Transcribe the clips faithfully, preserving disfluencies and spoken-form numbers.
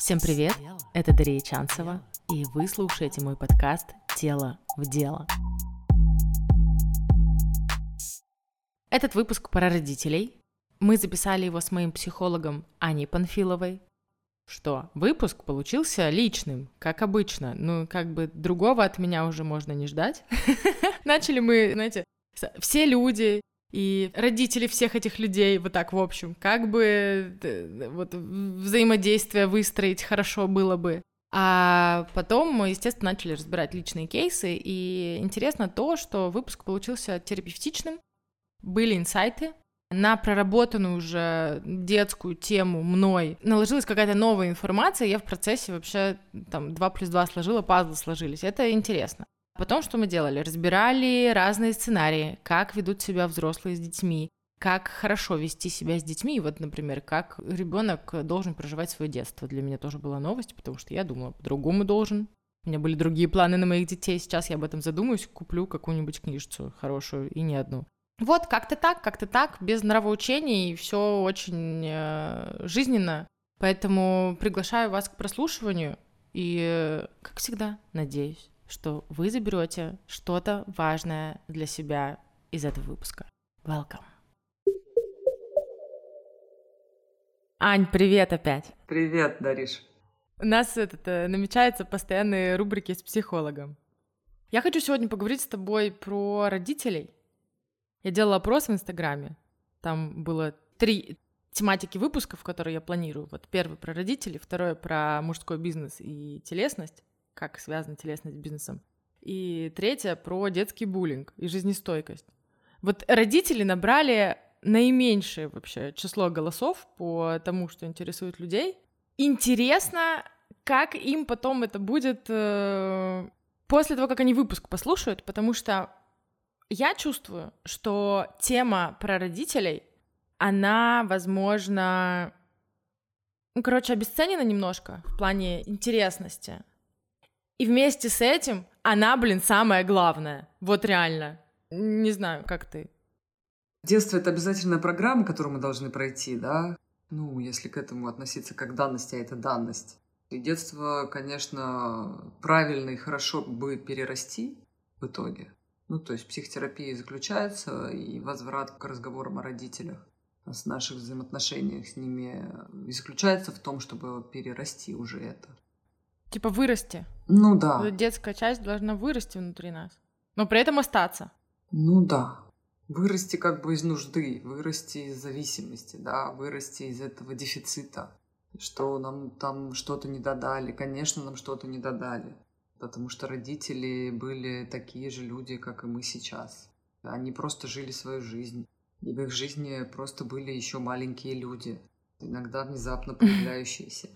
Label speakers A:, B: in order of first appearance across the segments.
A: Всем привет, это Дарья Чанцева, и вы слушаете мой подкаст «Тело в дело». Этот выпуск про родителей. Мы записали его с моим психологом Аней Панфиловой. Что, выпуск получился личным, как обычно. Ну, как бы другого от меня уже можно не ждать. Начали мы, знаете, все люди и родители всех этих людей, вот так, в общем, как бы вот взаимодействие выстроить хорошо было бы. А потом мы, естественно, начали разбирать личные кейсы, и интересно то, что выпуск получился терапевтичным, были инсайты. На проработанную уже детскую тему мной наложилась какая-то новая информация, я в процессе вообще там два плюс два сложила, пазлы сложились. Это интересно. Потом что мы делали? Разбирали разные сценарии, как ведут себя взрослые с детьми, как хорошо вести себя с детьми. И вот, например, как ребенок должен проживать свое детство. Для меня тоже была новость, потому что я думала, по-другому должен. У меня были другие планы на моих детей. Сейчас я об этом задумаюсь, куплю какую-нибудь книжицу хорошую и не одну. Вот, как-то так, как-то так, без нравоучений, все очень э, жизненно. Поэтому приглашаю вас к прослушиванию и, э, как всегда, надеюсь, что вы заберете что-то важное для себя из этого выпуска. Welcome. Ань, привет опять.
B: Привет, Дариш.
A: У нас этот, э, намечаются постоянные рубрики с психологом. Я хочу сегодня поговорить с тобой про родителей. Я делала опрос в Инстаграме. Там было три тематики выпусков, которые я планирую. Вот первый про родителей, второй про мужской бизнес и телесность, как связана телесность с бизнесом, и третье про детский буллинг и жизнестойкость. Вот родители набрали наименьшее вообще число голосов по тому, что интересует людей. Интересно, как им потом это будет э, после того, как они выпуск послушают, потому что я чувствую, что тема про родителей, она, возможно, ну, короче, обесценена немножко в плане интересности. И вместе с этим она, блин, самое главное. Вот реально. Не знаю, как ты.
B: Детство — это обязательная программа, которую мы должны пройти, да? Ну, если к этому относиться как данность, а это данность. И детство, конечно, правильно и хорошо бы перерасти в итоге. Ну, то есть психотерапия заключается, и возврат к разговорам о родителях, о наших взаимоотношениях с ними, и заключается в том, чтобы перерасти уже это.
A: Типа вырасти.
B: Ну да.
A: Детская часть должна вырасти внутри нас, но при этом остаться.
B: Ну да. Вырасти как бы из нужды, вырасти из зависимости, да, вырасти из этого дефицита, что нам там что-то не додали. Конечно, нам что-то не додали. Потому что родители были такие же люди, как и мы сейчас. Они просто жили свою жизнь. И в их жизни просто были еще маленькие люди, иногда внезапно появляющиеся.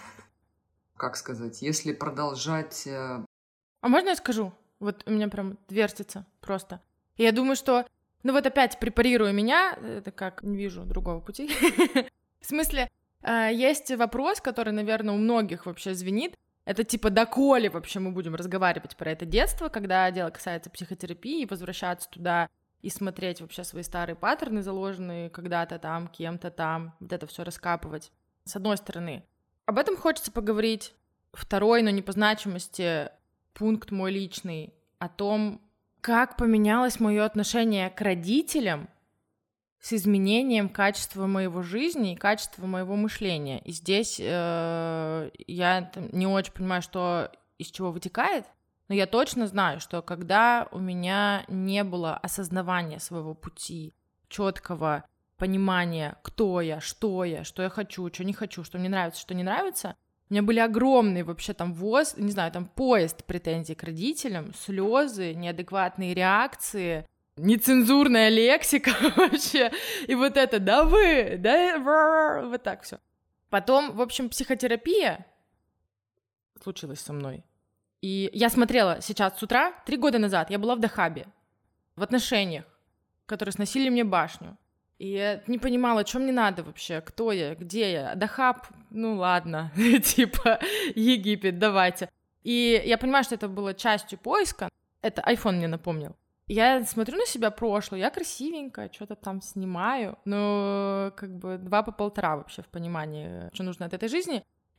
B: Как сказать, если продолжать...
A: А можно я скажу? Вот у меня прям вертится просто. И я думаю, что... Ну вот опять препарируя меня, это как, не вижу другого пути. В смысле, есть вопрос, который, наверное, у многих вообще звенит. Это типа, доколе вообще мы будем разговаривать про это детство, когда дело касается психотерапии, возвращаться туда и смотреть вообще свои старые паттерны, заложенные когда-то там, кем-то там, вот это все раскапывать. С одной стороны, об этом хочется поговорить. Второй, но не по значимости, пункт мой личный, о том, как поменялось мое отношение к родителям с изменением качества моего жизни и качества моего мышления. И здесь э, я не очень понимаю, что из чего вытекает, но я точно знаю, что когда у меня не было осознавания своего пути, четкого понимания, кто я, что я, что я хочу, что не хочу, что мне нравится, что не нравится, у меня были огромные вообще там воз, не знаю, там поезд претензий к родителям, слезы, неадекватные реакции, нецензурная лексика вообще, и вот это, да вы, да, вот так все. Потом, в общем, психотерапия случилась со мной. И я смотрела сейчас с утра, три года назад, я была в Дахабе, в отношениях, которые сносили мне башню. И я не понимала, что мне надо вообще, кто я, где я. Дахаб, ну ладно, типа Египет, давайте. И я понимаю, что это было частью поиска, это iPhone мне напомнил. Я смотрю на себя прошлое, я красивенькая, что-то там снимаю, но как бы два по полтора вообще в понимании, что нужно от этой жизни.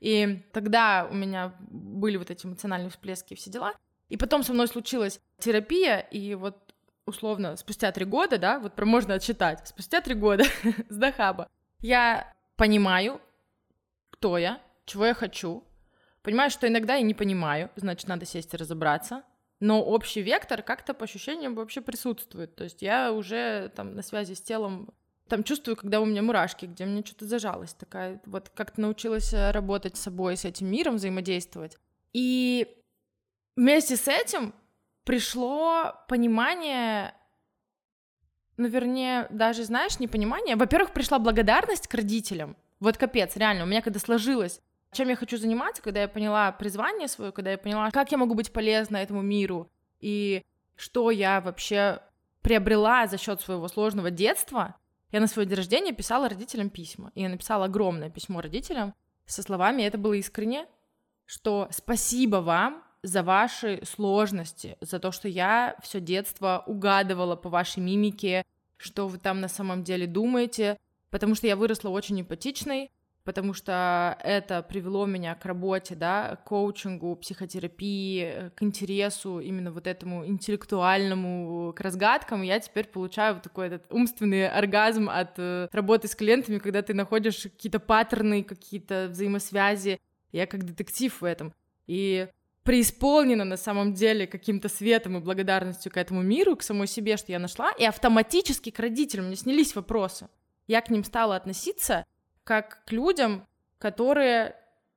A: И тогда у меня были вот эти эмоциональные всплески и все дела. И потом со мной случилась терапия, и вот условно спустя три года, да, вот про можно отсчитать, спустя три года с Дахаба я понимаю, кто я, чего я хочу, понимаю, что иногда я не понимаю, значит, надо сесть и разобраться, но общий вектор как-то по ощущениям вообще присутствует, то есть я уже там на связи с телом, там чувствую, когда у меня мурашки, где мне что-то зажалось, такая вот как-то научилась работать с собой, с этим миром взаимодействовать, и вместе с этим пришло понимание, ну, вернее, даже, знаешь, не понимание, во-первых, пришла благодарность к родителям, вот капец, реально, у меня когда сложилось, чем я хочу заниматься, когда я поняла призвание свое, когда я поняла, как я могу быть полезна этому миру, и что я вообще приобрела за счет своего сложного детства, я на свой день рождения писала родителям письма, и я написала огромное письмо родителям со словами, это было искренне, что спасибо вам за ваши сложности, за то, что я все детство угадывала по вашей мимике, что вы там на самом деле думаете, потому что я выросла очень эмпатичной, потому что это привело меня к работе, да, к коучингу, психотерапии, к интересу именно вот этому интеллектуальному, к разгадкам, и я теперь получаю вот такой этот умственный оргазм от э, работы с клиентами, когда ты находишь какие-то паттерны, какие-то взаимосвязи, я как детектив в этом, и преисполнена на самом деле каким-то светом и благодарностью к этому миру, к самой себе, что я нашла, и автоматически к родителям мне снялись вопросы. Я к ним стала относиться как к людям, которые,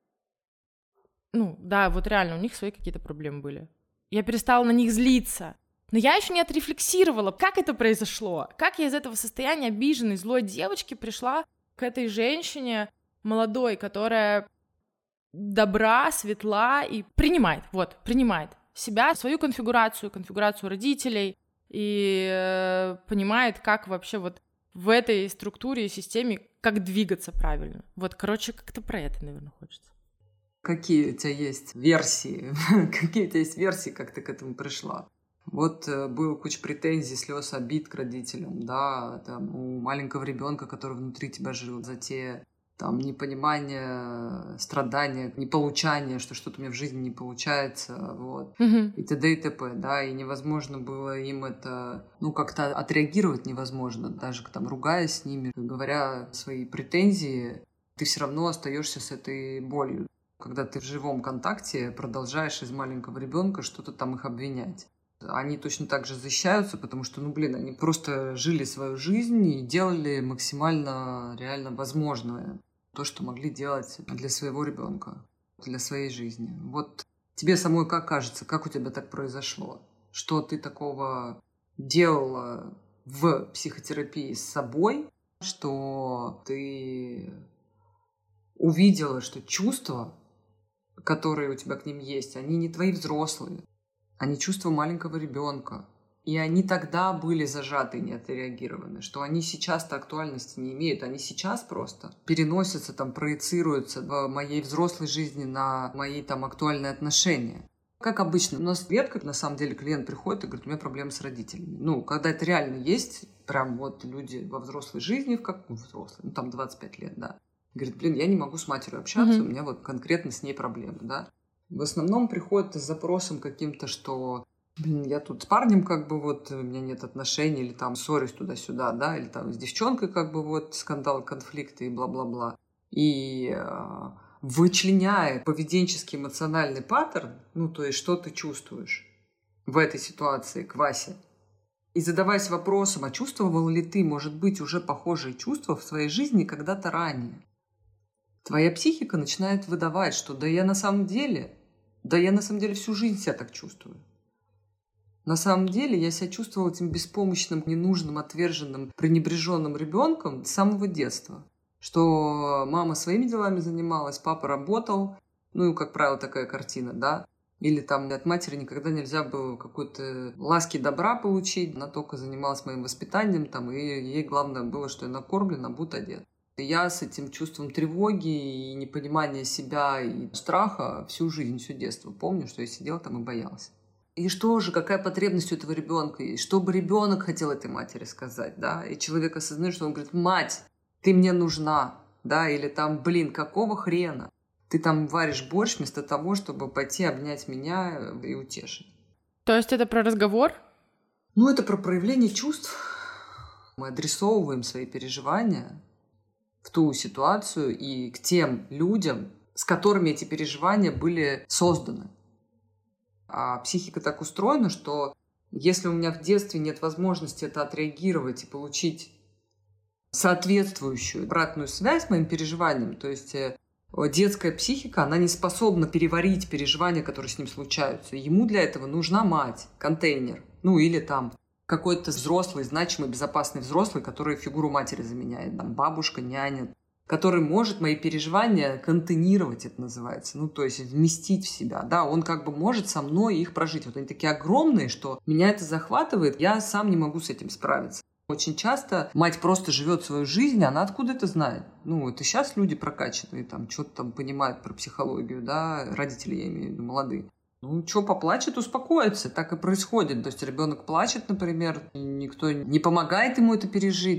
A: ну, да, вот реально, у них свои какие-то проблемы были. Я перестала на них злиться. Но я еще не отрефлексировала, как это произошло, как я из этого состояния обиженной, злой девочки пришла к этой женщине молодой, которая добра, светла и принимает, вот, принимает себя, свою конфигурацию, конфигурацию родителей и э, понимает, как вообще вот в этой структуре и системе, как двигаться правильно. Вот, короче, как-то про это, наверное, хочется.
B: Какие у тебя есть версии? Какие у тебя есть версии, как ты к этому пришла? Вот э, было куча претензий, слез, обид к родителям, да, там, у маленького ребенка, который внутри тебя жил, за те там непонимание, страдания, неполучание, что что-то у меня в жизни не получается, вот,
A: Mm-hmm.
B: и т.д. и т.п., да, и невозможно было им это, ну, как-то отреагировать невозможно, даже там ругаясь с ними, говоря свои претензии, ты все равно остаешься с этой болью, когда ты в живом контакте продолжаешь из маленького ребенка что-то там их обвинять. Они точно так же защищаются, потому что, ну, блин, они просто жили свою жизнь и делали максимально реально возможное, то, что могли делать для своего ребенка, для своей жизни. Вот тебе самой как кажется, как у тебя так произошло? Что ты такого делала в психотерапии с собой, что ты увидела, что чувства, которые у тебя к ним есть, они не твои взрослые, они чувства маленького ребенка. И они тогда были зажаты и не отреагированы, что они сейчас-то актуальности не имеют. Они сейчас просто переносятся, там, проецируются в моей взрослой жизни на мои там актуальные отношения. Как обычно, у нас редко, на самом деле, клиент приходит и говорит, у меня проблемы с родителями. Ну, когда это реально есть, прям вот люди во взрослой жизни, в как ну, взрослой, ну, там двадцать пять лет, да. Говорит, блин, я не могу с матерью общаться, mm-hmm. у меня вот конкретно с ней проблемы, да. В основном приходят с запросом каким-то, что блин, я тут с парнем как бы вот, у меня нет отношений, или там ссорюсь туда-сюда, да, или там с девчонкой как бы вот скандал, конфликты и бла-бла-бла. И э, вычленяя поведенческий эмоциональный паттерн, ну, то есть что ты чувствуешь в этой ситуации к Васе, и задаваясь вопросом, а чувствовал ли ты, может быть, уже похожие чувства в своей жизни когда-то ранее? Твоя психика начинает выдавать, что да я на самом деле, да я на самом деле всю жизнь себя так чувствую. На самом деле я себя чувствовала этим беспомощным, ненужным, отверженным, пренебреженным ребенком с самого детства. Что мама своими делами занималась, папа работал, ну и, как правило, такая картина, да. Или там от матери никогда нельзя было какой-то ласки добра получить, она только занималась моим воспитанием, там, и ей главное было, что я накормлен, обут, одет. И я с этим чувством тревоги и непонимания себя и страха всю жизнь, все детство помню, что я сидела там и боялась. И что же, какая потребность у этого ребенка есть? Что бы ребенок хотел этой матери сказать, да? И человек осознает, что он говорит, мать, ты мне нужна, да? Или там, блин, какого хрена? Ты там варишь борщ вместо того, чтобы пойти обнять меня и утешить.
A: То есть это про разговор?
B: Ну, это про проявление чувств. Мы адресовываем свои переживания в ту ситуацию и к тем людям, с которыми эти переживания были созданы. А психика так устроена, что если у меня в детстве нет возможности это отреагировать и получить соответствующую обратную связь моим переживаниям, то есть детская психика, она не способна переварить переживания, которые с ним случаются. Ему для этого нужна мать, контейнер, ну или там какой-то взрослый, значимый, безопасный взрослый, который фигуру матери заменяет, там бабушка, няня, который может мои переживания контейнировать, это называется, ну, то есть вместить в себя, да, он как бы может со мной их прожить. Вот они такие огромные, что меня это захватывает, я сам не могу с этим справиться. Очень часто мать просто живет свою жизнь, она откуда это знает? Ну, это сейчас люди прокачанные, там, что-то там понимают про психологию, да, родители, я имею в виду, молодые. Ну, что, поплачет, успокоится, так и происходит. То есть ребенок плачет, например, и никто не помогает ему это пережить.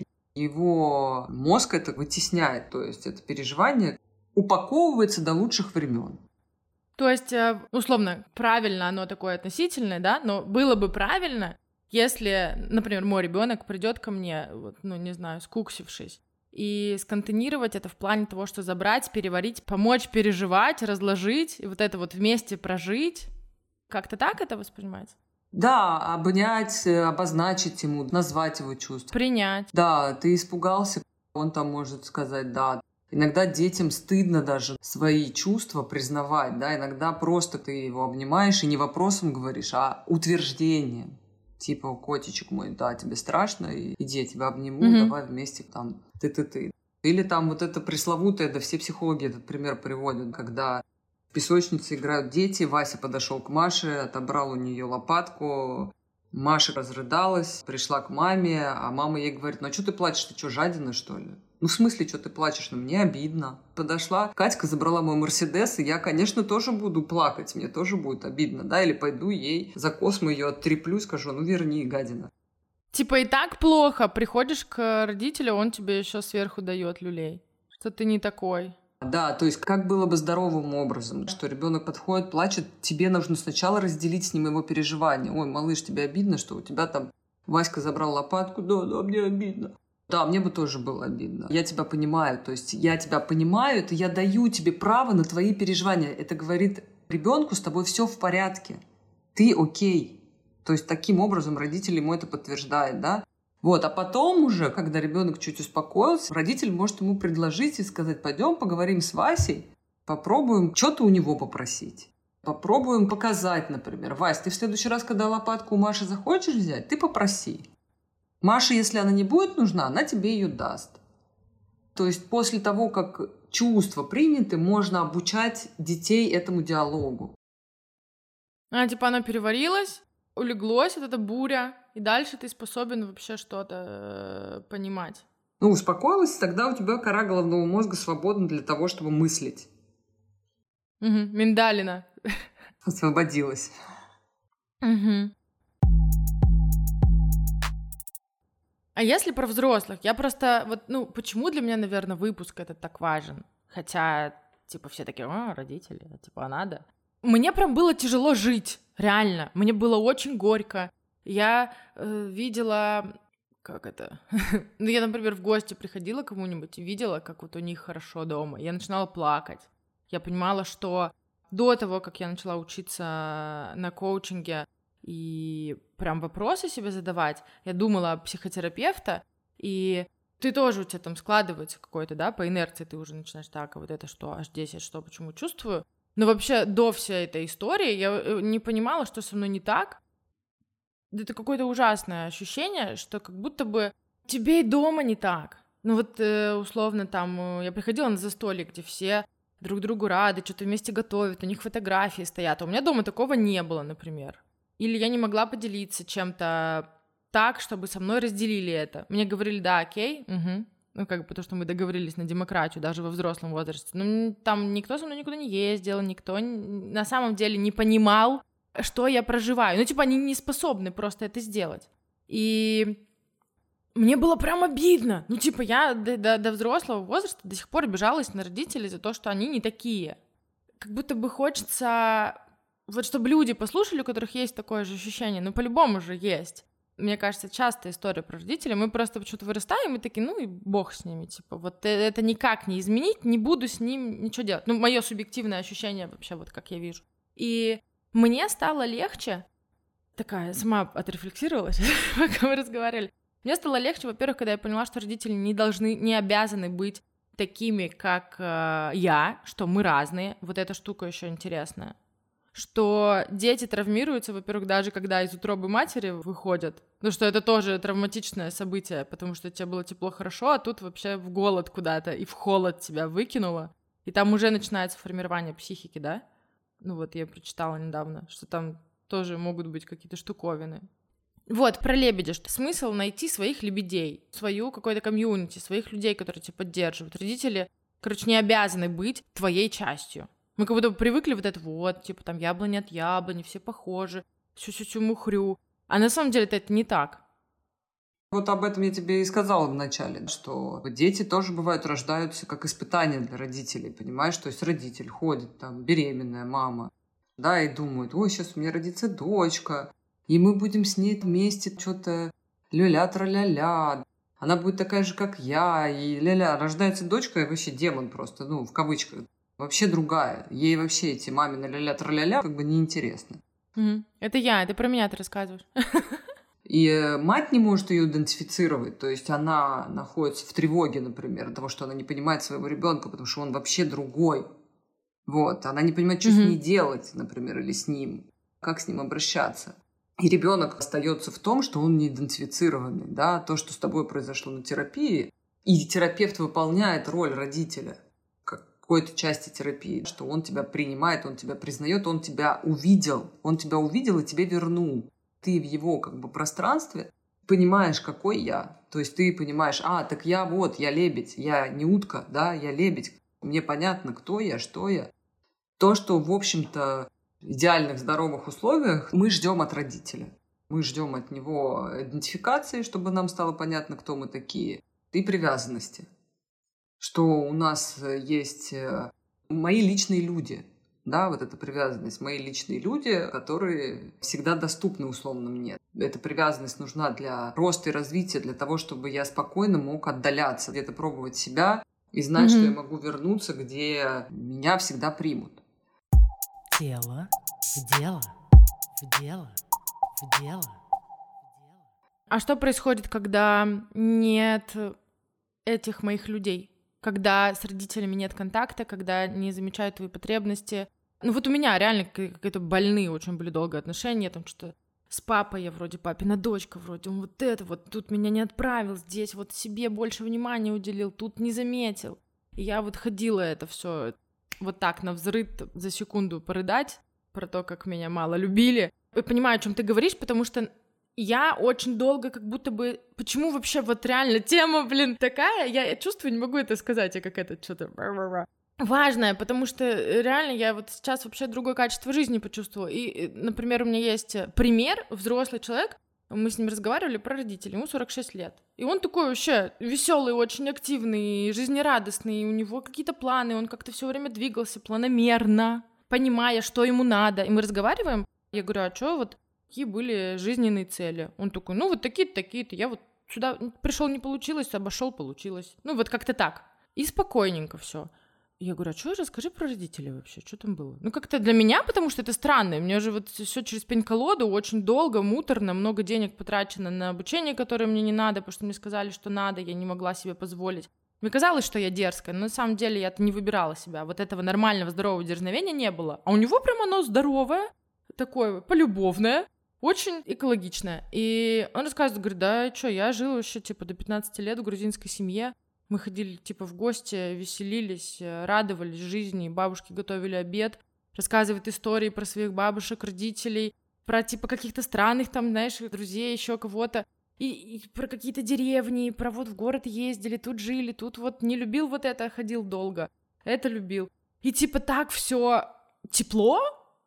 B: Его мозг это вытесняет, то есть это переживание упаковывается до лучших времен.
A: То есть, условно, правильно оно такое относительное, да, но было бы правильно, если, например, мой ребенок придет ко мне, вот, ну, не знаю, скуксившись, и сконтейнировать это в плане того, что забрать, переварить, помочь переживать, разложить, и вот это вот вместе прожить. Как-то так это воспринимается?
B: Да, обнять, обозначить ему, назвать его чувства.
A: Принять.
B: Да, ты испугался, он там может сказать «да». Иногда детям стыдно даже свои чувства признавать, да, иногда просто ты его обнимаешь и не вопросом говоришь, а утверждением. Типа, котичек мой, да, тебе страшно, иди, я тебя обниму, mm-hmm. давай вместе там ты-ты-ты. Или там вот это пресловутое, да все психологи этот пример приводят, когда в песочнице играют дети, Вася подошел к Маше, отобрал у нее лопатку, Маша разрыдалась, пришла к маме, а мама ей говорит, ну а что ты плачешь, ты что, жадина, что ли? Ну, в смысле, что ты плачешь? Ну, мне обидно. Подошла, Катька забрала мой Мерседес, и я, конечно, тоже буду плакать, мне тоже будет обидно, да, или пойду ей за космо ее оттреплю, скажу, ну, верни, гадина.
A: Типа и так плохо, приходишь к родителю, он тебе еще сверху дает люлей, что ты не такой.
B: Да, то есть как было бы здоровым образом, что ребенок подходит, плачет, тебе нужно сначала разделить с ним его переживания. Ой, малыш, тебе обидно, что у тебя там Васька забрал лопатку? Да, да, мне обидно. Да, мне бы тоже было обидно. Я тебя понимаю, то есть я тебя понимаю, это я даю тебе право на твои переживания. Это говорит ребенку, с тобой все в порядке, ты окей. То есть таким образом родитель ему это подтверждает, да. Вот, а потом уже, когда ребенок чуть успокоился, родитель может ему предложить и сказать, пойдем поговорим с Васей, попробуем что-то у него попросить. Попробуем показать, например, Вась, ты в следующий раз, когда лопатку у Маши захочешь взять, ты попроси. Маше, если она не будет нужна, она тебе ее даст. То есть после того, как чувства приняты, можно обучать детей этому диалогу.
A: А, типа оно переварилось, улеглось, вот эта буря, и дальше ты способен вообще что-то э, понимать.
B: Ну, успокоилась, тогда у тебя кора головного мозга свободна для того, чтобы мыслить.
A: Угу, миндалина.
B: Освободилась.
A: Угу. А если про взрослых? Я просто, вот, ну, почему для меня, наверное, выпуск этот так важен? Хотя, типа, все такие, а, родители, типа, а надо? Мне прям было тяжело жить, реально. Мне было очень горько. Я э, видела, как это? Ну, я, например, в гости приходила к кому-нибудь и видела, как вот у них хорошо дома. Я начинала плакать. Я понимала, что до того, как я начала учиться на коучинге, и прям вопросы себе задавать, я думала о психотерапевта, и ты тоже, у тебя там складывается какой-то, да, по инерции ты уже начинаешь, так, а вот это что, аж здесь я что, почему чувствую? Но вообще до всей этой истории я не понимала, что со мной не так. Это какое-то ужасное ощущение, что как будто бы тебе и дома не так. Ну вот условно там я приходила на застолье, где все друг другу рады, что-то вместе готовят, у них фотографии стоят, а у меня дома такого не было, например. Или я не могла поделиться чем-то так, чтобы со мной разделили это. Мне говорили, да, окей, угу. Ну, как бы, потому что мы договорились на демократию даже во взрослом возрасте. Ну, там никто со мной никуда не ездил, никто на самом деле не понимал, что я проживаю. Ну, типа, они не способны просто это сделать. И мне было прям обидно. Ну, типа, я до, до, до взрослого возраста до сих пор обижалась на родителей за то, что они не такие. как будто бы хочется, вот чтобы люди послушали, у которых есть такое же ощущение, ну, по-любому же есть. Мне кажется, частая история про родителей, мы просто почему-то вырастаем и такие, ну и бог с ними, типа, вот это никак не изменить, не буду с ним ничего делать. Ну, мое субъективное ощущение вообще, вот как я вижу. И мне стало легче, такая, сама отрефлексировалась, пока мы разговаривали, мне стало легче, во-первых, когда я поняла, что родители не должны, не обязаны быть такими, как э, я, что мы разные, вот эта штука еще интересная. Что дети травмируются, во-первых, даже когда из утробы матери выходят, ну что это тоже травматичное событие, потому что тебе было тепло, хорошо, а тут вообще в голод куда-то и в холод тебя выкинуло, и там уже начинается формирование психики, да? Ну вот я прочитала недавно, что там тоже могут быть какие-то штуковины. Вот, про лебедя, что смысл найти своих лебедей, свою какой-то комьюнити, своих людей, которые тебя поддерживают. Родители, короче, не обязаны быть твоей частью. Мы как будто привыкли вот это вот, типа там яблони от яблони, все похожи, сю-сю-сю-мухрю. А на самом деле это не так.
B: Вот об этом я тебе и сказала вначале, что дети тоже бывают, рождаются как испытания для родителей, понимаешь? То есть родитель ходит, там, беременная мама, да, и думает, ой, сейчас у меня родится дочка, и мы будем с ней вместе что-то ля-ля-тра-ля-ля. Она будет такая же, как я, и ля-ля. Рождается дочка, и вообще демон просто, ну, в кавычках. Вообще другая. Ей вообще эти мамины ля-ля-тра-ля-ля как бы неинтересно.
A: Mm-hmm. Это я, это про меня ты рассказываешь.
B: И мать не может ее идентифицировать, то есть она находится в тревоге, например, от того, что она не понимает своего ребенка, потому что он вообще другой. Вот, она не понимает, что mm-hmm. с ней делать, например, или с ним, как с ним обращаться. И ребенок остается в том, что он не идентифицированный, да, то, что с тобой произошло на терапии, и терапевт выполняет роль родителя какой-то части терапии, что он тебя принимает, он тебя признает, он тебя увидел, он тебя увидел и тебе вернул. Ты в его как бы пространстве понимаешь, какой я. То есть ты понимаешь, а, так я вот, я лебедь, я не утка, да, я лебедь. Мне понятно, кто я, что я. То, что, в общем-то, в идеальных здоровых условиях мы ждем от родителя. Мы ждем от него идентификации, чтобы нам стало понятно, кто мы такие, и привязанности. Что у нас есть мои личные люди, да, вот эта привязанность, мои личные люди, которые всегда доступны условно мне. Эта привязанность нужна для роста и развития, для того, чтобы я спокойно мог отдаляться, где-то пробовать себя и знать, mm-hmm. что я могу вернуться, где меня всегда примут.
C: Тело в дело, в дело, в дело.
A: А что происходит, когда нет этих моих людей? Когда с родителями нет контакта, когда не замечают твои потребности. Ну вот у меня реально какие-то больные очень были долгие отношения, там что с папой я вроде папина дочка, вроде он вот это вот, тут меня не отправил, здесь вот себе больше внимания уделил, тут не заметил. И я вот ходила это все вот так навзрыд за секунду порыдать про то, как меня мало любили. Я понимаю, о чем ты говоришь, потому что я очень долго как будто бы... Почему вообще вот реально тема, блин, такая? Я, я чувствую, не могу это сказать, я как это что-то... Важное, потому что реально я вот сейчас вообще другое качество жизни почувствовала. И, например, у меня есть пример, взрослый человек, мы с ним разговаривали про родителей, ему сорок шесть лет. И он такой вообще веселый, очень активный, жизнерадостный, у него какие-то планы, он как-то все время двигался планомерно, понимая, что ему надо. И мы разговариваем, я говорю, а что вот... Какие были жизненные цели? Он такой, ну вот такие-то, такие-то. Я вот сюда пришел, не получилось, обошел, получилось. Ну вот как-то так. И спокойненько все. Я говорю, а что, расскажи про родителей вообще, что там было? Ну как-то для меня, потому что это странно. У меня же вот все через пень-колоду, очень долго, муторно, много денег потрачено на обучение, которое мне не надо, потому что мне сказали, что надо, я не могла себе позволить. Мне казалось, что я дерзкая, но на самом деле я-то не выбирала себя. Вот этого нормального, здорового дерзновения не было. А у него прям оно здоровое, такое полюбовное, очень экологичная. И он рассказывает, говорит, да, что, я жил еще, типа, до пятнадцати лет в грузинской семье. Мы ходили, типа, в гости, веселились, радовались жизни, бабушки готовили обед, рассказывает истории про своих бабушек, родителей, про, типа, каких-то странных там, знаешь, друзей, еще кого-то, и, и про какие-то деревни, про вот в город ездили, тут жили, тут вот не любил вот это, ходил долго, это любил. И, типа, так все тепло,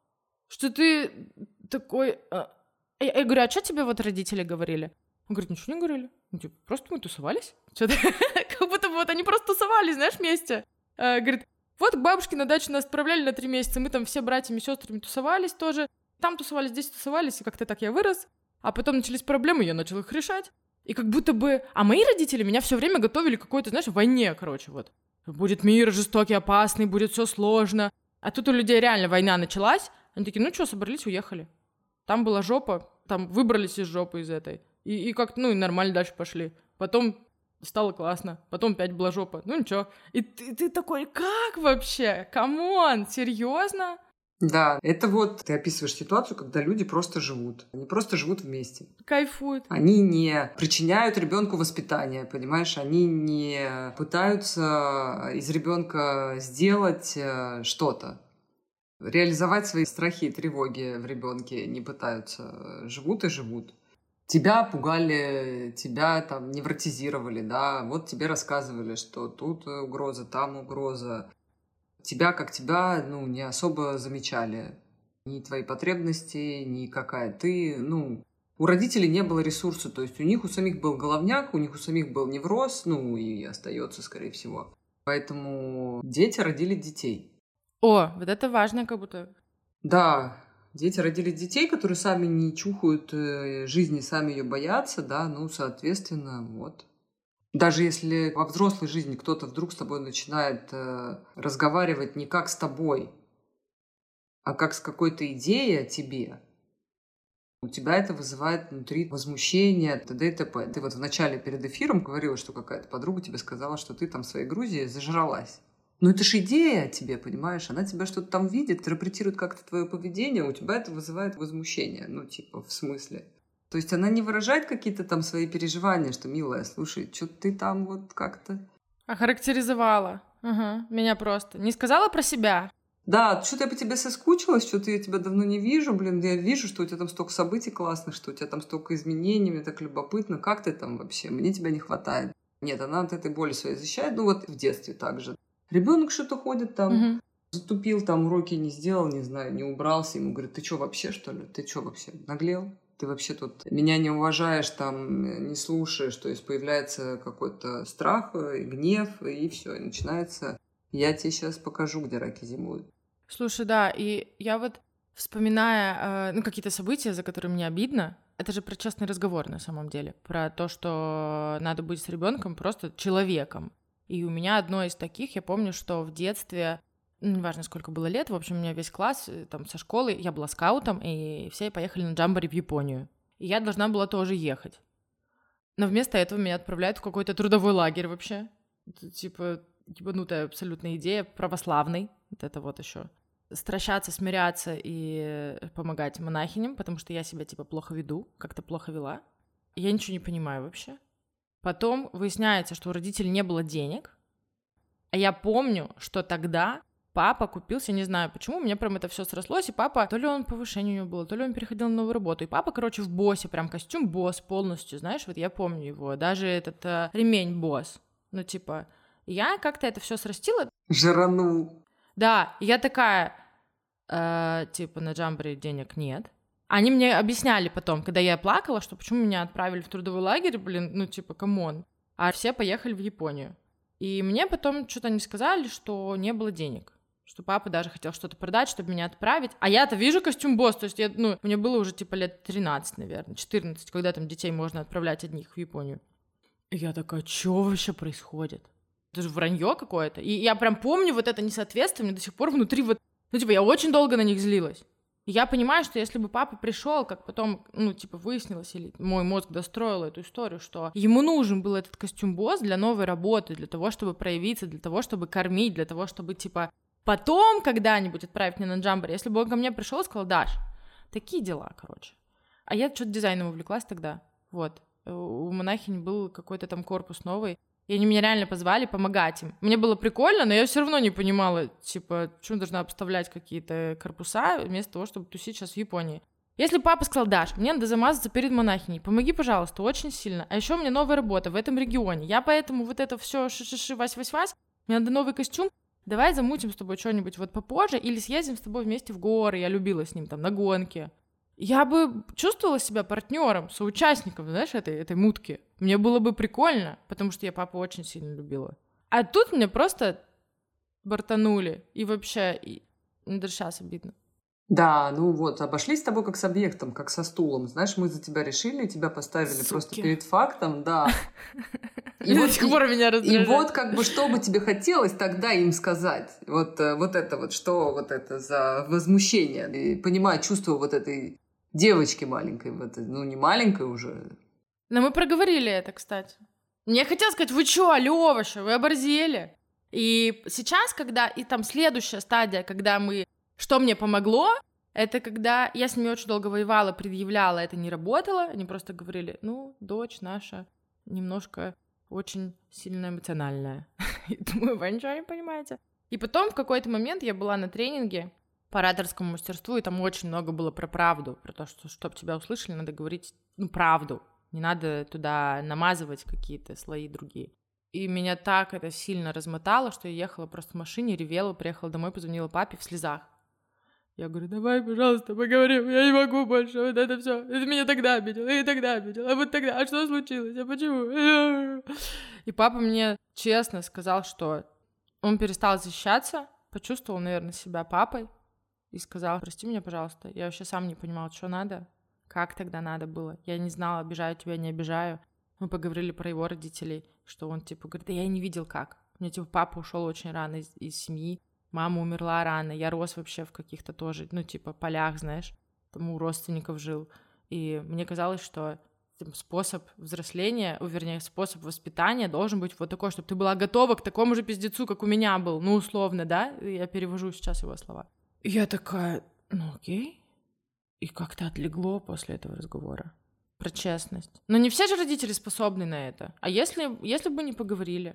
A: что ты такой... Я, я говорю, а что тебе вот родители говорили? Он говорит, ничего не говорили. Ну, типа, просто мы тусовались. Что-то как будто бы вот они просто тусовались, знаешь, вместе. А, говорит, Вот к бабушке на дачу нас отправляли на три месяца, мы там все братьями и сестрами тусовались тоже, там тусовались, здесь тусовались, и как-то так я вырос, а потом начались проблемы, я начал их решать, и как будто бы... А мои родители меня все время готовили к какой-то, знаешь, войне, короче, вот. Будет мир жестокий, опасный, будет все сложно. А тут у людей реально война началась, они такие, ну что, собрались, уехали. Там была жопа, там выбрались из жопы из этой, и, и как-то, ну, и нормально дальше пошли. Потом... Стало классно. Потом опять была жопа. Ну ничего. И ты, ты такой, как вообще? Камон, серьезно?
B: Да, это вот ты описываешь ситуацию, когда люди просто живут. Они просто живут вместе.
A: Кайфуют.
B: Они не причиняют ребенку воспитание, понимаешь? Они не пытаются из ребенка сделать что-то. Реализовать свои страхи и тревоги в ребенке не пытаются. Живут и живут. Тебя пугали, тебя там невротизировали, да, вот тебе рассказывали, что тут угроза, там угроза. Тебя, как тебя, ну, не особо замечали. Ни твои потребности, ни какая ты, ну... У родителей не было ресурса, то есть у них у самих был головняк, у них у самих был невроз, ну, и остается, скорее всего. Поэтому дети родили детей.
A: О, вот это важно как будто.
B: Да, дети родили детей, которые сами не чухают жизни, сами ее боятся, да, ну, соответственно, вот. Даже если во взрослой жизни кто-то вдруг с тобой начинает э, разговаривать не как с тобой, а как с какой-то идеей о тебе, у тебя это вызывает внутри возмущение, т.д. и т.п. Ты вот в начале перед эфиром говорила, что какая-то подруга тебе сказала, что ты там в своей Грузии зажралась. Ну это же идея о тебе, понимаешь? Она тебя что-то там видит, интерпретирует как-то твое поведение, у тебя это вызывает возмущение. Ну типа, в смысле? То есть она не выражает какие-то там свои переживания, что, милая, слушай, что ты там вот как-то...
A: Охарактеризовала. Угу. Меня просто. Не сказала про себя.
B: Да, что-то я по тебе соскучилась, что-то я тебя давно не вижу, блин, я вижу, что у тебя там столько событий классных, что у тебя там столько изменений, мне так любопытно, как ты там вообще, мне тебя не хватает. Нет, она от этой боли своей защищает, ну вот в детстве также. Ребенок что-то ходит там, угу. затупил, там уроки не сделал, не знаю, не убрался, ему говорят, ты что вообще, что ли, ты что вообще, наглел? Ты вообще тут меня не уважаешь, там, не слушаешь, то есть появляется какой-то страх, и гнев, и все, и начинается, я тебе сейчас покажу, где раки зимуют.
A: Слушай, да, и я вот, вспоминая, э, ну, какие-то события, за которые мне обидно, это же про честный разговор на самом деле, про то, что надо быть с ребенком просто человеком. И у меня одно из таких, я помню, что в детстве... Неважно, сколько было лет, в общем, у меня весь класс, там, со школы, я была скаутом, и все поехали на джамборе в Японию. И я должна была тоже ехать. Но вместо этого меня отправляют в какой-то трудовой лагерь вообще. Это, типа, ебанутая абсолютная идея, православный, вот это вот еще. Стращаться, смиряться и помогать монахиням, потому что я себя, типа, плохо веду, как-то плохо вела. И я ничего не понимаю вообще. Потом выясняется, что у родителей не было денег, а я помню, что тогда... Папа купился, не знаю почему, у меня прям это все срослось, и папа, то ли он повышение у него было, то ли он переходил на новую работу, и папа, короче, в боссе, прям костюм босс полностью, знаешь, вот я помню его, даже этот э, ремень босс, ну, типа, я как-то это все срастила.
B: Жиранул.
A: Да, я такая, э, типа, на джамборе денег нет. Они мне объясняли потом, когда я плакала, что почему меня отправили в трудовой лагерь, блин, ну, типа, камон, а все поехали в Японию. И мне потом что-то они сказали, что не было денег. Что папа даже хотел что-то продать, чтобы меня отправить. А я-то вижу костюм босс, то есть я, ну, мне было уже типа лет тринадцать, наверное, четырнадцать, когда там детей можно отправлять одних в Японию. И я такая, что вообще происходит? Это же вранье какое-то. И я прям помню вот это несоответствие, мне до сих пор внутри вот... Ну, типа, я очень долго на них злилась. И я понимаю, что если бы папа пришел, как потом, ну, типа, выяснилось, или мой мозг достроил эту историю, что ему нужен был этот костюм босс для новой работы, для того, чтобы проявиться, для того, чтобы кормить, для того, чтобы, типа... Потом когда-нибудь отправить меня на джамборе, если бы он ко мне пришел и сказал, Даш, такие дела, короче. А я что-то дизайном увлеклась тогда, вот. У монахинь был какой-то там корпус новый, и они меня реально позвали помогать им. Мне было прикольно, но я все равно не понимала, типа, почему должна обставлять какие-то корпуса вместо того, чтобы тусить сейчас в Японии. Если папа сказал, Даш, мне надо замазаться перед монахиней, помоги, пожалуйста, очень сильно. А еще у меня новая работа в этом регионе. Я поэтому вот это все ши-ши-ши, вась-вась-вась, мне надо новый костюм. Давай замутим с тобой что-нибудь вот попозже или съездим с тобой вместе в горы. Я любила с ним там на гонке. Я бы чувствовала себя партнером, соучастником, знаешь, этой, этой мутки. Мне было бы прикольно, потому что я папу очень сильно любила. А тут мне просто бортанули. И вообще, и... даже сейчас обидно.
B: Да, ну вот, обошлись с тобой как с объектом, как со стулом. Знаешь, мы за тебя решили, тебя поставили
A: Суки.
B: просто перед фактом, да.
A: И вот, до сих пор меня раздражает.
B: И вот как бы что бы тебе хотелось тогда им сказать. Вот, вот это вот, что вот это за возмущение. И понимаю чувство вот этой девочки маленькой, вот, ну не маленькой уже.
A: Но мы проговорили это, кстати. Мне хотелось сказать, вы чё, Лёваша, вы оборзели? И сейчас, когда, и там следующая стадия, когда мы... Что мне помогло, это когда я с ними очень долго воевала, предъявляла, это не работало, они просто говорили, ну, дочь наша немножко очень сильно эмоциональная. И думаю, вы ничего не понимаете. И потом в какой-то момент я была на тренинге по ораторскому мастерству, и там очень много было про правду, про то, что, чтобы тебя услышали, надо говорить, ну, правду. Не надо туда намазывать какие-то слои другие. И меня так это сильно размотало, что я ехала просто в машине, ревела, приехала домой, позвонила папе в слезах. Я говорю, давай, пожалуйста, поговорим, я не могу больше, вот это все. Это меня тогда обидел, и тогда обидел, а вот тогда, а что случилось, а почему? И папа мне честно сказал, что он перестал защищаться, почувствовал, наверное, себя папой и сказал, прости меня, пожалуйста, я вообще сам не понимал, что надо, как тогда надо было. Я не знала, обижаю тебя, не обижаю. Мы поговорили про его родителей, что он, типа, говорит, да я не видел как. У меня, типа, папа ушел очень рано из, из семьи, мама умерла рано, я рос вообще в каких-то тоже, ну, типа, полях, знаешь, там у родственников жил. И мне казалось, что там, способ взросления, вернее, способ воспитания должен быть вот такой, чтобы ты была готова к такому же пиздецу, как у меня был, ну, условно, да? Я перевожу сейчас его слова. И я такая, ну, окей. И как-то отлегло после этого разговора. Про честность. Но не все же родители способны на это. А если, если бы не поговорили?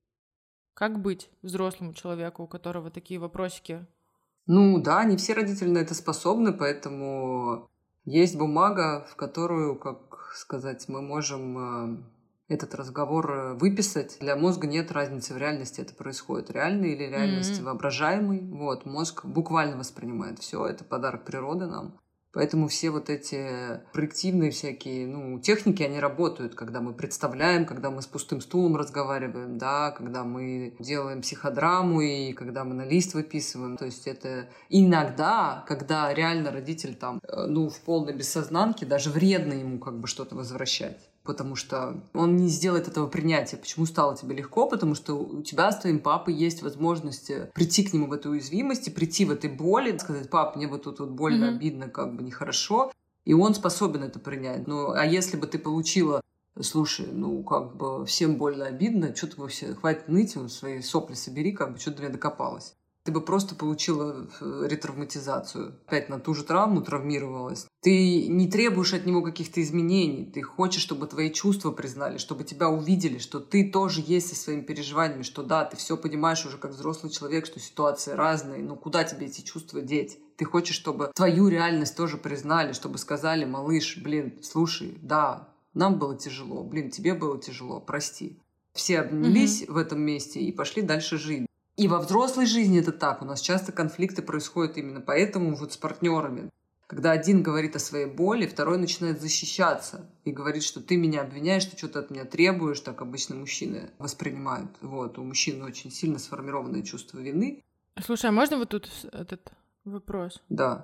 A: Как быть взрослому человеку, у которого такие вопросики?
B: Ну да, не все родители на это способны, поэтому есть бумага, в которую, как сказать, мы можем этот разговор выписать. Для мозга нет разницы в реальности, это происходит реальный или реальность mm-hmm. воображаемый. Вот, мозг буквально воспринимает все, это подарок природы нам. Поэтому все вот эти проективные всякие, ну, техники, они работают, когда мы представляем, когда мы с пустым стулом разговариваем, да, когда мы делаем психодраму и когда мы на лист выписываем. То есть это иногда, когда реально родитель там, ну, в полной бессознанке, даже вредно ему как бы что-то возвращать. Потому что он не сделает этого принятия. Почему стало тебе легко? Потому что у тебя с твоим папой есть возможность прийти к нему в эту уязвимость, прийти в этой боли, сказать, пап, мне вот тут вот больно, mm-hmm. обидно, как бы нехорошо. И он способен это принять. Ну, а если бы ты получила, слушай, ну, как бы всем больно, обидно, что ты вообще, хватит ныть, свои сопли собери, как бы, что до меня докопалась. Ты бы просто получила ретравматизацию. Опять на ту же травму травмировалась. Ты не требуешь от него каких-то изменений. Ты хочешь, чтобы твои чувства признали, чтобы тебя увидели, что ты тоже есть со своими переживаниями, что да, ты все понимаешь уже как взрослый человек, что ситуации разные, но куда тебе эти чувства деть? Ты хочешь, чтобы твою реальность тоже признали, чтобы сказали, малыш, блин, слушай, да, нам было тяжело, блин, тебе было тяжело, прости. Все обнялись mm-hmm. в этом месте и пошли дальше жить. И во взрослой жизни это так. У нас часто конфликты происходят именно поэтому вот с партнерами. Когда один говорит о своей боли, второй начинает защищаться и говорит, что ты меня обвиняешь, ты что-то от меня требуешь. Так обычно мужчины воспринимают. Вот. У мужчин очень сильно сформированное чувство вины.
A: Слушай, а можно вот тут этот вопрос?
B: Да.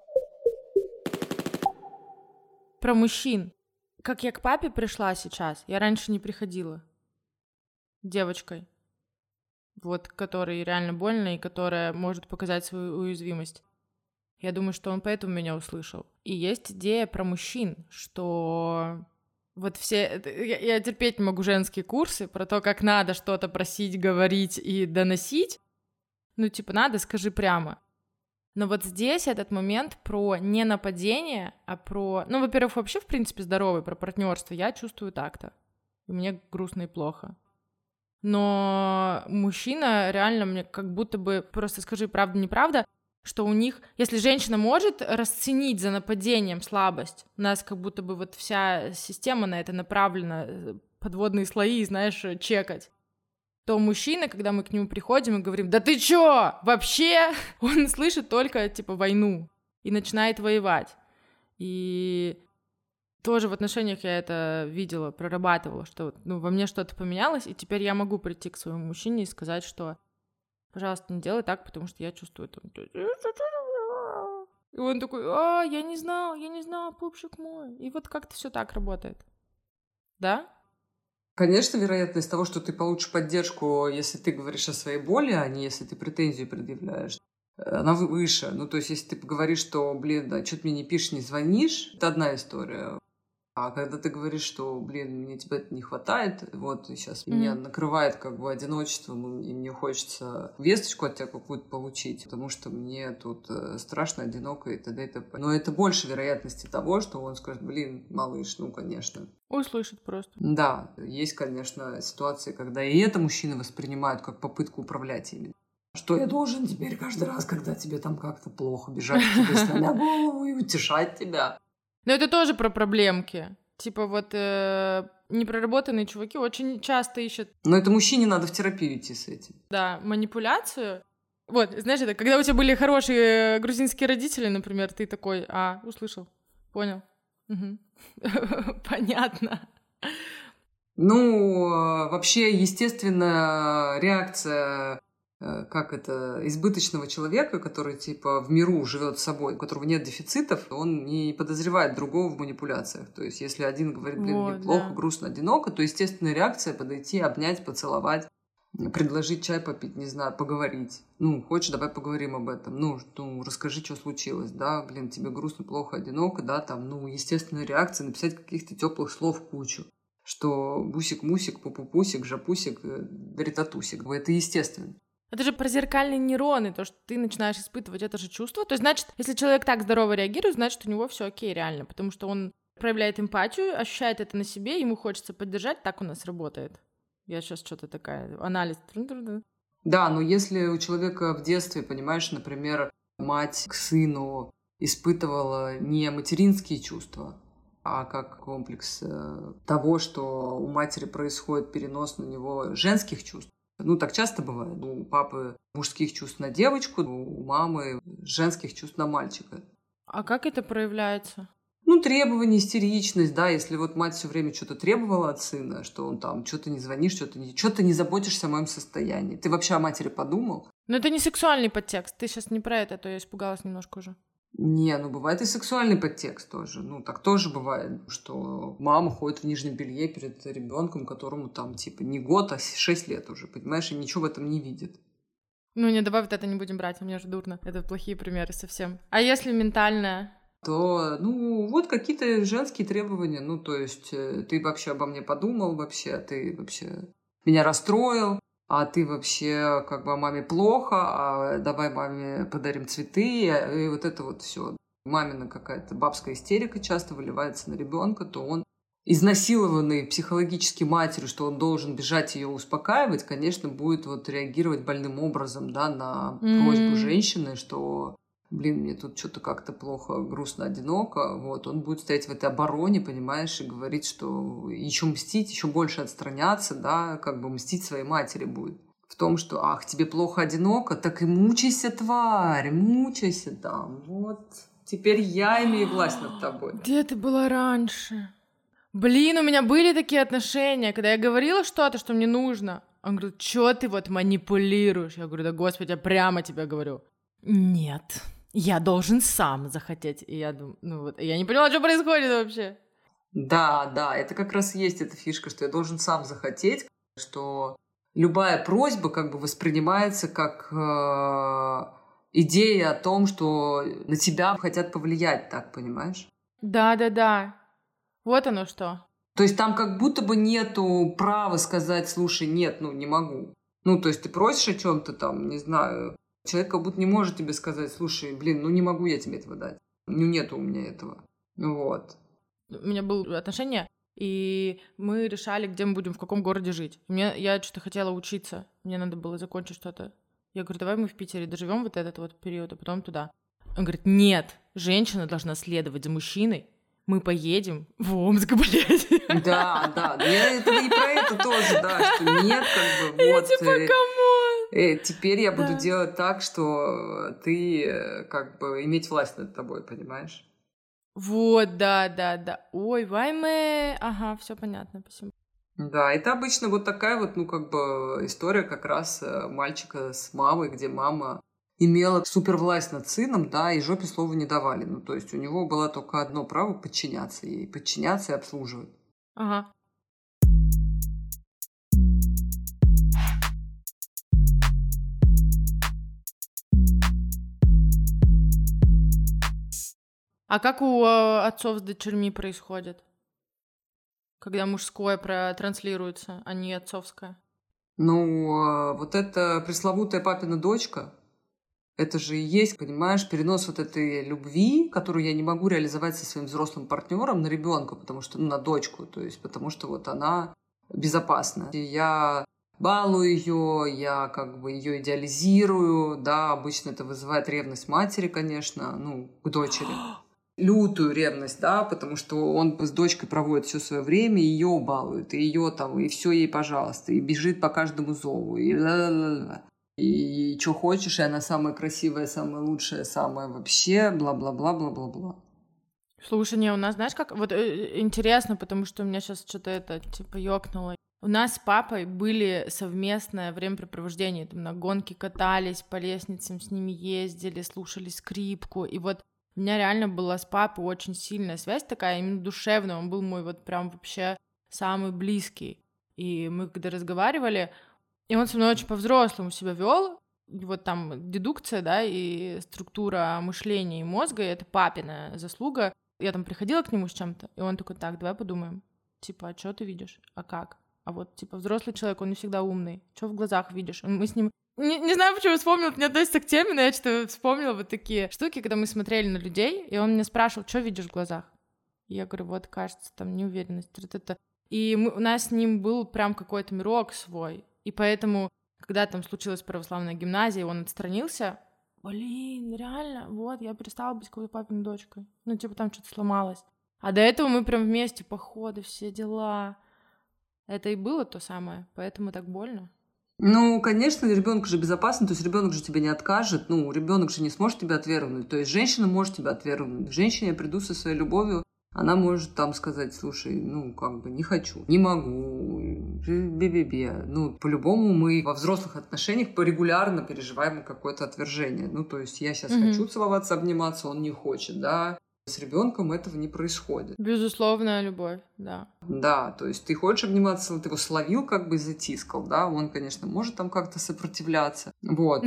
A: Про мужчин. Как я к папе пришла сейчас, я раньше не приходила. Девочкой. Вот, которой реально больно и которая может показать свою уязвимость. Я думаю, что он поэтому меня услышал. И есть идея про мужчин, что вот все... Я, я терпеть не могу женские курсы про то, как надо что-то просить, говорить и доносить. Ну, типа, надо, скажи прямо. Но вот здесь этот момент про не нападение, а про... Ну, во-первых, вообще, в принципе, здоровый, про партнерство я чувствую так-то. И мне грустно и плохо. Но мужчина реально мне как будто бы, просто скажи правда-неправда, что у них, если женщина может расценить за нападением слабость, у нас как будто бы вот вся система на это направлена, подводные слои, знаешь, чекать, то мужчина, когда мы к нему приходим и говорим, да ты чё, вообще, он слышит только, типа, войну и начинает воевать. И... Тоже в отношениях я это видела, прорабатывала, что ну, во мне что-то поменялось, и теперь я могу прийти к своему мужчине и сказать, что пожалуйста, не делай так, потому что я чувствую там... И он такой, а, я не знал, я не знал, пупсик мой. И вот как-то все так работает. Да?
B: Конечно, вероятность того, что ты получишь поддержку, если ты говоришь о своей боли, а не если ты претензию предъявляешь, она выше. Ну, то есть, если ты говоришь, что, блин, да, что ты мне не пишешь, не звонишь, это одна история. А когда ты говоришь, что, блин, мне тебя это не хватает, вот, и сейчас mm-hmm. меня накрывает как бы одиночеством, и мне хочется весточку от тебя какую-то получить, потому что мне тут э, страшно, одиноко и т.д. и т.п. Но это больше вероятности того, что он скажет, блин, малыш, ну, конечно.
A: Услышит просто.
B: Да, есть, конечно, ситуации, когда и это мужчины воспринимают как попытку управлять ими. Что я должен теперь каждый раз, когда тебе там как-то плохо, бежать к тебе, сломя голову и утешать тебя?
A: Но это тоже про проблемки. Типа вот э, непроработанные чуваки очень часто ищут...
B: Но это мужчине надо в терапию идти с этим.
A: Да, манипуляцию. Вот, знаешь, это когда у тебя были хорошие грузинские родители, например, ты такой, а, услышал, понял. Понятно.
B: Ну, вообще, естественно, реакция... как это, избыточного человека, который, типа, в миру живет с собой, у которого нет дефицитов, он не подозревает другого в манипуляциях. То есть, если один говорит, блин,
A: вот,
B: мне плохо,
A: да.
B: грустно, одиноко, то естественная реакция подойти, обнять, поцеловать, предложить чай попить, не знаю, поговорить. Ну, хочешь, давай поговорим об этом. Ну, ну, расскажи, что случилось, да, блин, тебе грустно, плохо, одиноко, да, там, ну, естественная реакция, написать каких-то теплых слов кучу, что бусик-мусик, пупу-пусик, жапусик, дритатусик. Это естественно.
A: Это же про зеркальные нейроны, то, что ты начинаешь испытывать это же чувство. То есть, значит, если человек так здорово реагирует, значит, у него все окей, реально, потому что он проявляет эмпатию, ощущает это на себе, ему хочется поддержать, так у нас работает. Я сейчас что-то такая, анализ.
B: Да, но если у человека в детстве, понимаешь, например, мать к сыну испытывала не материнские чувства, а как комплекс того, что у матери происходит перенос на него женских чувств. Ну, так часто бывает. У папы мужских чувств на девочку, у мамы женских чувств на мальчика.
A: А как это проявляется?
B: Ну, требование, истеричность, да, если вот мать все время что-то требовала от сына, что он там, что-то не звонишь, что-то не, что-то не заботишься о моем состоянии. Ты вообще о матери подумал?
A: Но это не сексуальный подтекст, ты сейчас не про это, а то я испугалась немножко уже.
B: Не, ну бывает и сексуальный подтекст тоже. Ну, так тоже бывает, что мама ходит в нижнем белье перед ребенком, которому там типа не год, а шесть лет уже, понимаешь, и ничего в этом не видит.
A: Ну, не, давай вот это не будем брать, у меня же дурно. Это плохие примеры совсем. А если ментальное?
B: То, ну, вот какие-то женские требования. Ну, то есть, ты вообще обо мне подумал вообще, ты вообще меня расстроил, а ты вообще как бы о маме плохо, а давай маме подарим цветы, и вот это вот все. Мамина какая-то бабская истерика часто выливается на ребенка, то он изнасилованный психологически матерью, что он должен бежать ее успокаивать, конечно, будет вот реагировать больным образом, да, на
A: Mm-hmm.
B: просьбу женщины, что, блин, мне тут что-то как-то плохо, грустно, одиноко, вот, он будет стоять в этой обороне, понимаешь, и говорить, что еще мстить, еще больше отстраняться, да, как бы мстить своей матери будет. В том, что, ах, тебе плохо, одиноко, так и мучайся, тварь, мучайся там, вот, теперь я имею власть над тобой.
A: Где ты была раньше? Блин, у меня были такие отношения, когда я говорила что-то, что мне нужно. Он говорит, что ты вот манипулируешь? Я говорю, да господи, я прямо тебе говорю. Нет, я должен сам захотеть. И я думаю, ну вот, я не поняла, что происходит вообще.
B: Да, да, это как раз есть эта фишка, что я должен сам захотеть, что любая просьба как бы воспринимается как э, идея о том, что на тебя хотят повлиять, так, понимаешь?
A: Да-да-да. Вот оно что.
B: То есть там как будто бы нету права сказать, слушай, нет, ну не могу. Ну, то есть ты просишь о чем-то там, не знаю, человек как будто не может тебе сказать, слушай, блин, ну не могу я тебе этого дать. Ну нету у меня этого. Вот.
A: У меня было отношение, и мы решали, где мы будем, в каком городе жить. Мне, я что-то хотела учиться, мне надо было закончить что-то. Я говорю, давай мы в Питере доживем вот этот вот период, а потом туда. Он говорит, нет, женщина должна следовать за мужчиной. Мы поедем в Омск, блядь.
B: Да, да, я это, и про это тоже, да, что нет, как бы, вот.
A: Я типа, камон.
B: Э, теперь я буду
A: да.
B: делать так, что ты, как бы, иметь власть над тобой, понимаешь?
A: Вот, да, да, да. Ой, вайме. Ага, все понятно, спасибо.
B: Да, это обычно вот такая вот, ну, как бы история как раз мальчика с мамой, где мама имела супервласть над сыном, да, и жопе слова не давали. Ну, то есть у него было только одно право — подчиняться ей, подчиняться и обслуживать.
A: Ага. А как у э, отцов с дочерьми происходит? Когда мужское транслируется, а не отцовское?
B: Ну, вот эта пресловутая папина дочка, это же и есть, понимаешь, перенос вот этой любви, которую я не могу реализовать со своим взрослым партнером на ребенка, потому что, ну, на дочку, то есть, потому что вот она безопасна. И я балую ее, я как бы ее идеализирую, да, обычно это вызывает ревность матери, конечно, ну, к дочери. Лютую ревность, да, потому что он с дочкой проводит все свое время, ее балует, и ее там, и все ей, пожалуйста, и бежит по каждому зову, и ла-ла-ла-ла. И что хочешь, и она самая красивая, самая лучшая, самая вообще, бла-бла-бла-бла-бла-бла.
A: Слушай, не, у нас, знаешь, как... Вот э, интересно, потому что у меня сейчас что-то это, типа, ёкнуло. У нас с папой были совместное времяпрепровождение. Там на гонки катались, по лестницам с ними ездили, слушали скрипку. И вот у меня реально была с папой очень сильная связь такая, именно душевная. Он был мой вот прям вообще самый близкий. И мы когда разговаривали, и он со мной очень по-взрослому себя вел. И вот там дедукция, да, и структура мышления и мозга — это папина заслуга. Я там приходила к нему с чем-то, и он такой: так, давай подумаем. Типа, а что ты видишь? А как? А вот, типа, взрослый человек, он не всегда умный. Что в глазах видишь? Мы с ним... Не, не знаю, почему вспомнила, это не относится к теме, но я что-то вспомнила вот такие штуки, когда мы смотрели на людей, и он меня спрашивал: что видишь в глазах? И я говорю: вот, кажется, там неуверенность. Это. И мы, у нас с ним был прям какой-то мирок свой. И поэтому, когда там случилась православная гимназия, он отстранился. Блин, реально, вот, я перестала быть какой-то папиной дочкой. Ну, типа, там что-то сломалось. А до этого мы прям вместе, походы, все дела. Это и было то самое, поэтому так больно.
B: Ну, конечно, ребенок же безопасен, то есть ребенок же тебе не откажет, ну, ребенок же не сможет тебя отвергнуть, то есть женщина может тебя отвергнуть. К женщине я приду со своей любовью, она может там сказать: слушай, ну, как бы не хочу, не могу, бе-бе-бе. Ну, по-любому мы во взрослых отношениях регулярно переживаем какое-то отвержение. Ну, то есть я сейчас mm-hmm. хочу целоваться, обниматься, он не хочет, да. С ребенком этого не происходит.
A: Безусловная любовь, да.
B: Да, то есть ты хочешь обниматься, ты его словил, как бы и затискал, да, он, конечно, может там как-то сопротивляться, вот.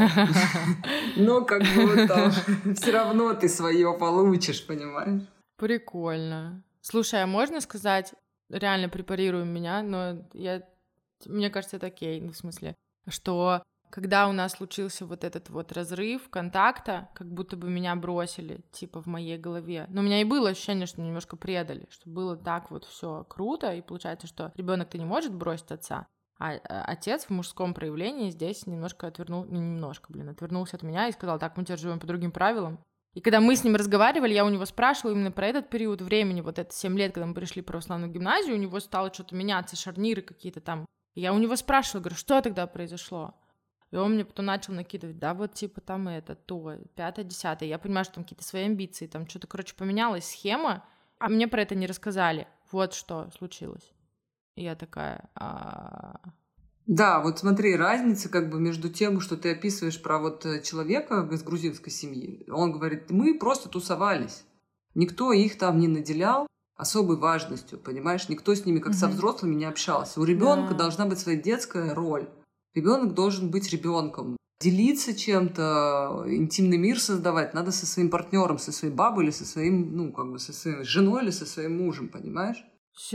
B: Но как бы там все равно ты свое получишь, понимаешь?
A: Прикольно. Слушай, а можно сказать, реально препарируем меня, но я, мне кажется, это окей, ну, в смысле, что когда у нас случился вот этот вот разрыв контакта, как будто бы меня бросили, типа, в моей голове. Но у меня и было ощущение, что немножко предали, что было так вот все круто, и получается, что ребенок-то не может бросить отца, а отец в мужском проявлении здесь немножко отвернул, ну, немножко, блин, отвернулся от меня и сказал: так, мы теперь живем по другим правилам. И когда мы с ним разговаривали, я у него спрашивала именно про этот период времени, вот это семь лет, когда мы пришли в православную гимназию, у него стало что-то меняться, шарниры какие-то там. И я у него спрашивала, говорю: что тогда произошло? И он мне потом начал накидывать: да, вот типа там это, то, пятое, десятое. Я понимаю, что там какие-то свои амбиции, там что-то, короче, поменялась схема, а мне про это не рассказали. Вот что случилось. И я такая... А...
B: Да, вот смотри, разница как бы между тем, что ты описываешь про вот человека из грузинской семьи. Он говорит: мы просто тусовались. Никто их там не наделял особой важностью, понимаешь? Никто с ними как угу. со взрослыми не общался. У ребенка да. должна быть своя детская роль. Ребенок должен быть ребенком. Делиться чем-то, интимный мир создавать надо со своим партнером, со своей бабой или со своим, ну, как бы со своей женой или со своим мужем, понимаешь?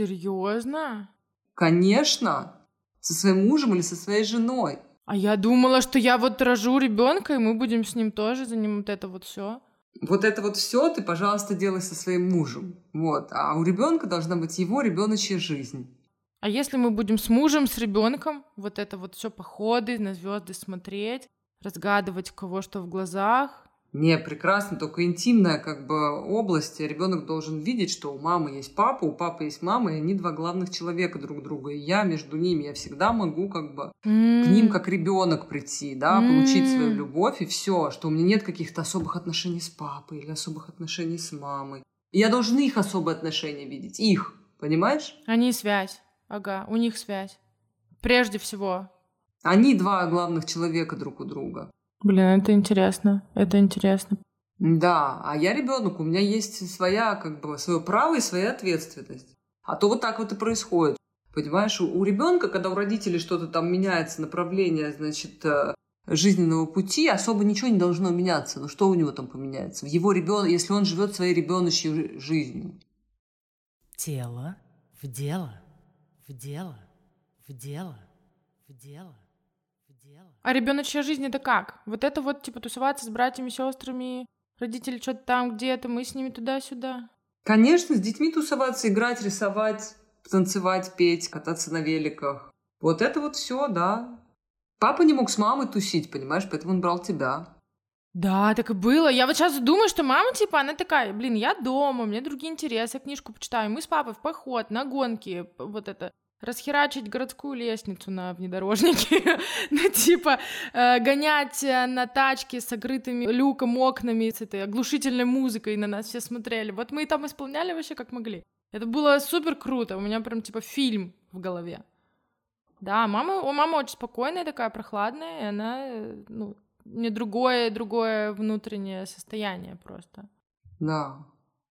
A: Серьезно?
B: Конечно. Со своим мужем или со своей женой.
A: А я думала, что я вот рожу ребенка, и мы будем с ним тоже за ним вот это вот все.
B: Вот это вот все ты, пожалуйста, делай со своим мужем. Вот. А у ребенка должна быть его ребеночья жизнь.
A: А если мы будем с мужем, с ребенком, вот это вот все походы, на звезды смотреть, разгадывать, у кого что в глазах?
B: Не, прекрасно, только интимная как бы область. Ребенок должен видеть, что у мамы есть папа, у папы есть мама, и они два главных человека друг друга. И я между ними, я всегда могу как бы mm. к ним как ребенок прийти, да, mm. получить свою любовь и все, что у меня нет каких-то особых отношений с папой или особых отношений с мамой. И я должен их особые отношения видеть, их, понимаешь?
A: Они связь. ага, у них связь. Прежде всего.
B: Они два главных человека друг у друга.
A: Блин, это интересно, это интересно.
B: Да, а я ребенок, у меня есть своя, как бы, свое право и своя ответственность. А то вот так вот и происходит. Понимаешь, у, у ребенка, когда у родителей что-то там меняется, направление, значит, э, жизненного пути, особо ничего не должно меняться. Ну что у него там поменяется? В его ребенок, если он живет своей ребеночьей жизнью.
C: Тело в дело, в дело, в дело, в дело, в дело.
A: А ребеночья жизнь это как? Вот это вот, типа, тусоваться с братьями, сестрами, родители что-то там где-то, мы с ними туда-сюда.
B: Конечно, с детьми тусоваться, играть, рисовать, танцевать, петь, кататься на великах. Вот это вот все, да. Папа не мог с мамой тусить, понимаешь, поэтому он брал тебя.
A: Да, так и было. Я вот сейчас думаю, что мама, типа, она такая, блин, я дома, у меня другие интересы, я книжку почитаю. Мы с папой в поход, на гонки, вот это, расхерачить городскую лестницу на внедорожнике. Ну, типа, э, гонять на тачке с закрытыми люком, окнами, с этой оглушительной музыкой, на нас все смотрели. Вот мы и там исполняли вообще как могли. Это было супер круто, у меня прям, типа, фильм в голове. Да, мама, у мамы очень спокойная такая, прохладная, и она, э, ну, не другое, другое внутреннее состояние просто.
B: Да.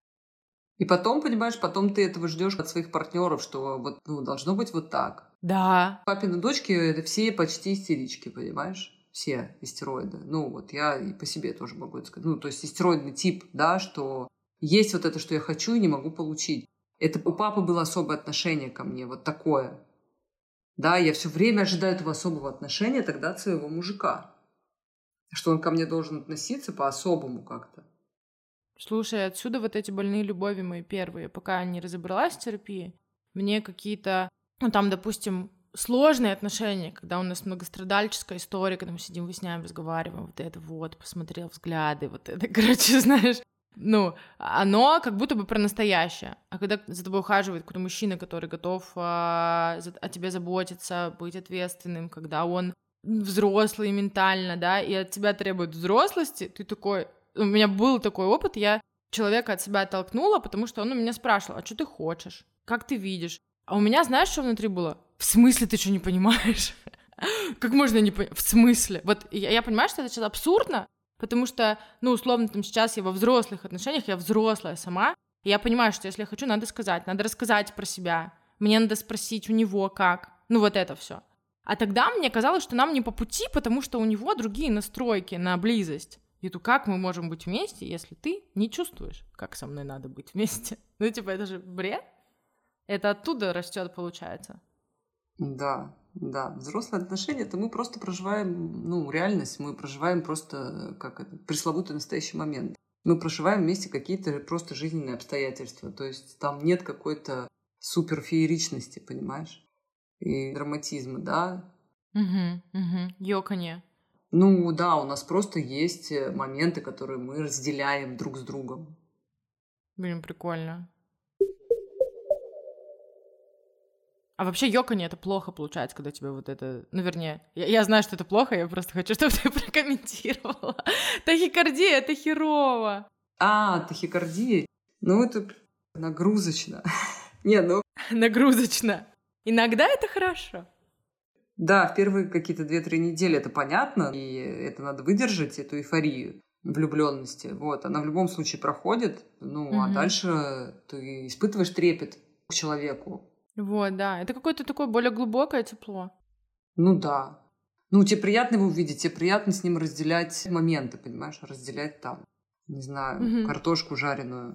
B: И потом, понимаешь, потом ты этого ждешь от своих партнеров, что вот, ну, должно быть вот так.
A: Да.
B: Папины дочки — это все почти истерички, понимаешь? Все истероиды. Ну, вот я и по себе тоже могу это сказать. Ну, то есть истероидный тип, да, что есть вот это, что я хочу и не могу получить. Это у папы было особое отношение ко мне, вот такое. Да, я все время ожидаю этого особого отношения тогда от своего мужика. Что он ко мне должен относиться по-особому как-то.
A: Слушай, отсюда вот эти больные любови мои первые, пока я не разобралась в терапии, мне какие-то, ну там, допустим, сложные отношения, когда у нас многострадальческая история, когда мы сидим, выясняем, разговариваем, вот это вот, посмотрел взгляды, вот это, короче, знаешь, ну, оно как будто бы про настоящее. А когда за тобой ухаживает какой-то мужчина, который готов а, за, о тебе заботиться, быть ответственным, когда он взрослый ментально, да, и от тебя требует взрослости, ты такой... У меня был такой опыт, я человека от себя оттолкнула, потому что он у меня спрашивал, а что ты хочешь? Как ты видишь? А у меня, знаешь, что внутри было? В смысле ты что, не понимаешь? Как можно не понять? В смысле? Вот я, я понимаю, что это сейчас абсурдно, потому что, ну, условно, там сейчас я во взрослых отношениях, я взрослая сама, и я понимаю, что если я хочу, надо сказать, надо рассказать про себя, мне надо спросить у него как, ну, вот это все. А тогда мне казалось, что нам не по пути, потому что у него другие настройки на близость. И то как мы можем быть вместе, если ты не чувствуешь, как со мной надо быть вместе? Ну, типа, это же бред. Это оттуда растет, получается.
B: Да, да. Взрослые отношения — это мы просто проживаем, ну, реальность. Мы проживаем просто, как это, пресловутый настоящий момент. Мы проживаем вместе какие-то просто жизненные обстоятельства. То есть там нет какой-то суперфееричности, понимаешь? И драматизма, да?
A: Угу, угу. Ёканье.
B: Ну да, у нас просто есть моменты, которые мы разделяем друг с другом.
A: Блин, прикольно. А вообще ёканье — это плохо получается, когда тебе вот это... Ну, вернее, я, я знаю, что это плохо, я просто хочу, чтобы ты прокомментировала. Тахикардия — это херово.
B: А, тахикардия? Ну, это нагрузочно. Не, ну...
A: Нагрузочно. Иногда это хорошо.
B: Да, в первые какие-то две-три недели это понятно, и это надо выдержать, эту эйфорию влюбленности. Вот, она в любом случае проходит, ну, угу. А дальше ты испытываешь трепет к человеку.
A: Вот, да, это какое-то такое более глубокое тепло.
B: Ну да. Ну, тебе приятно его увидеть, тебе приятно с ним разделять моменты, понимаешь, разделять там, не знаю, угу. картошку жареную.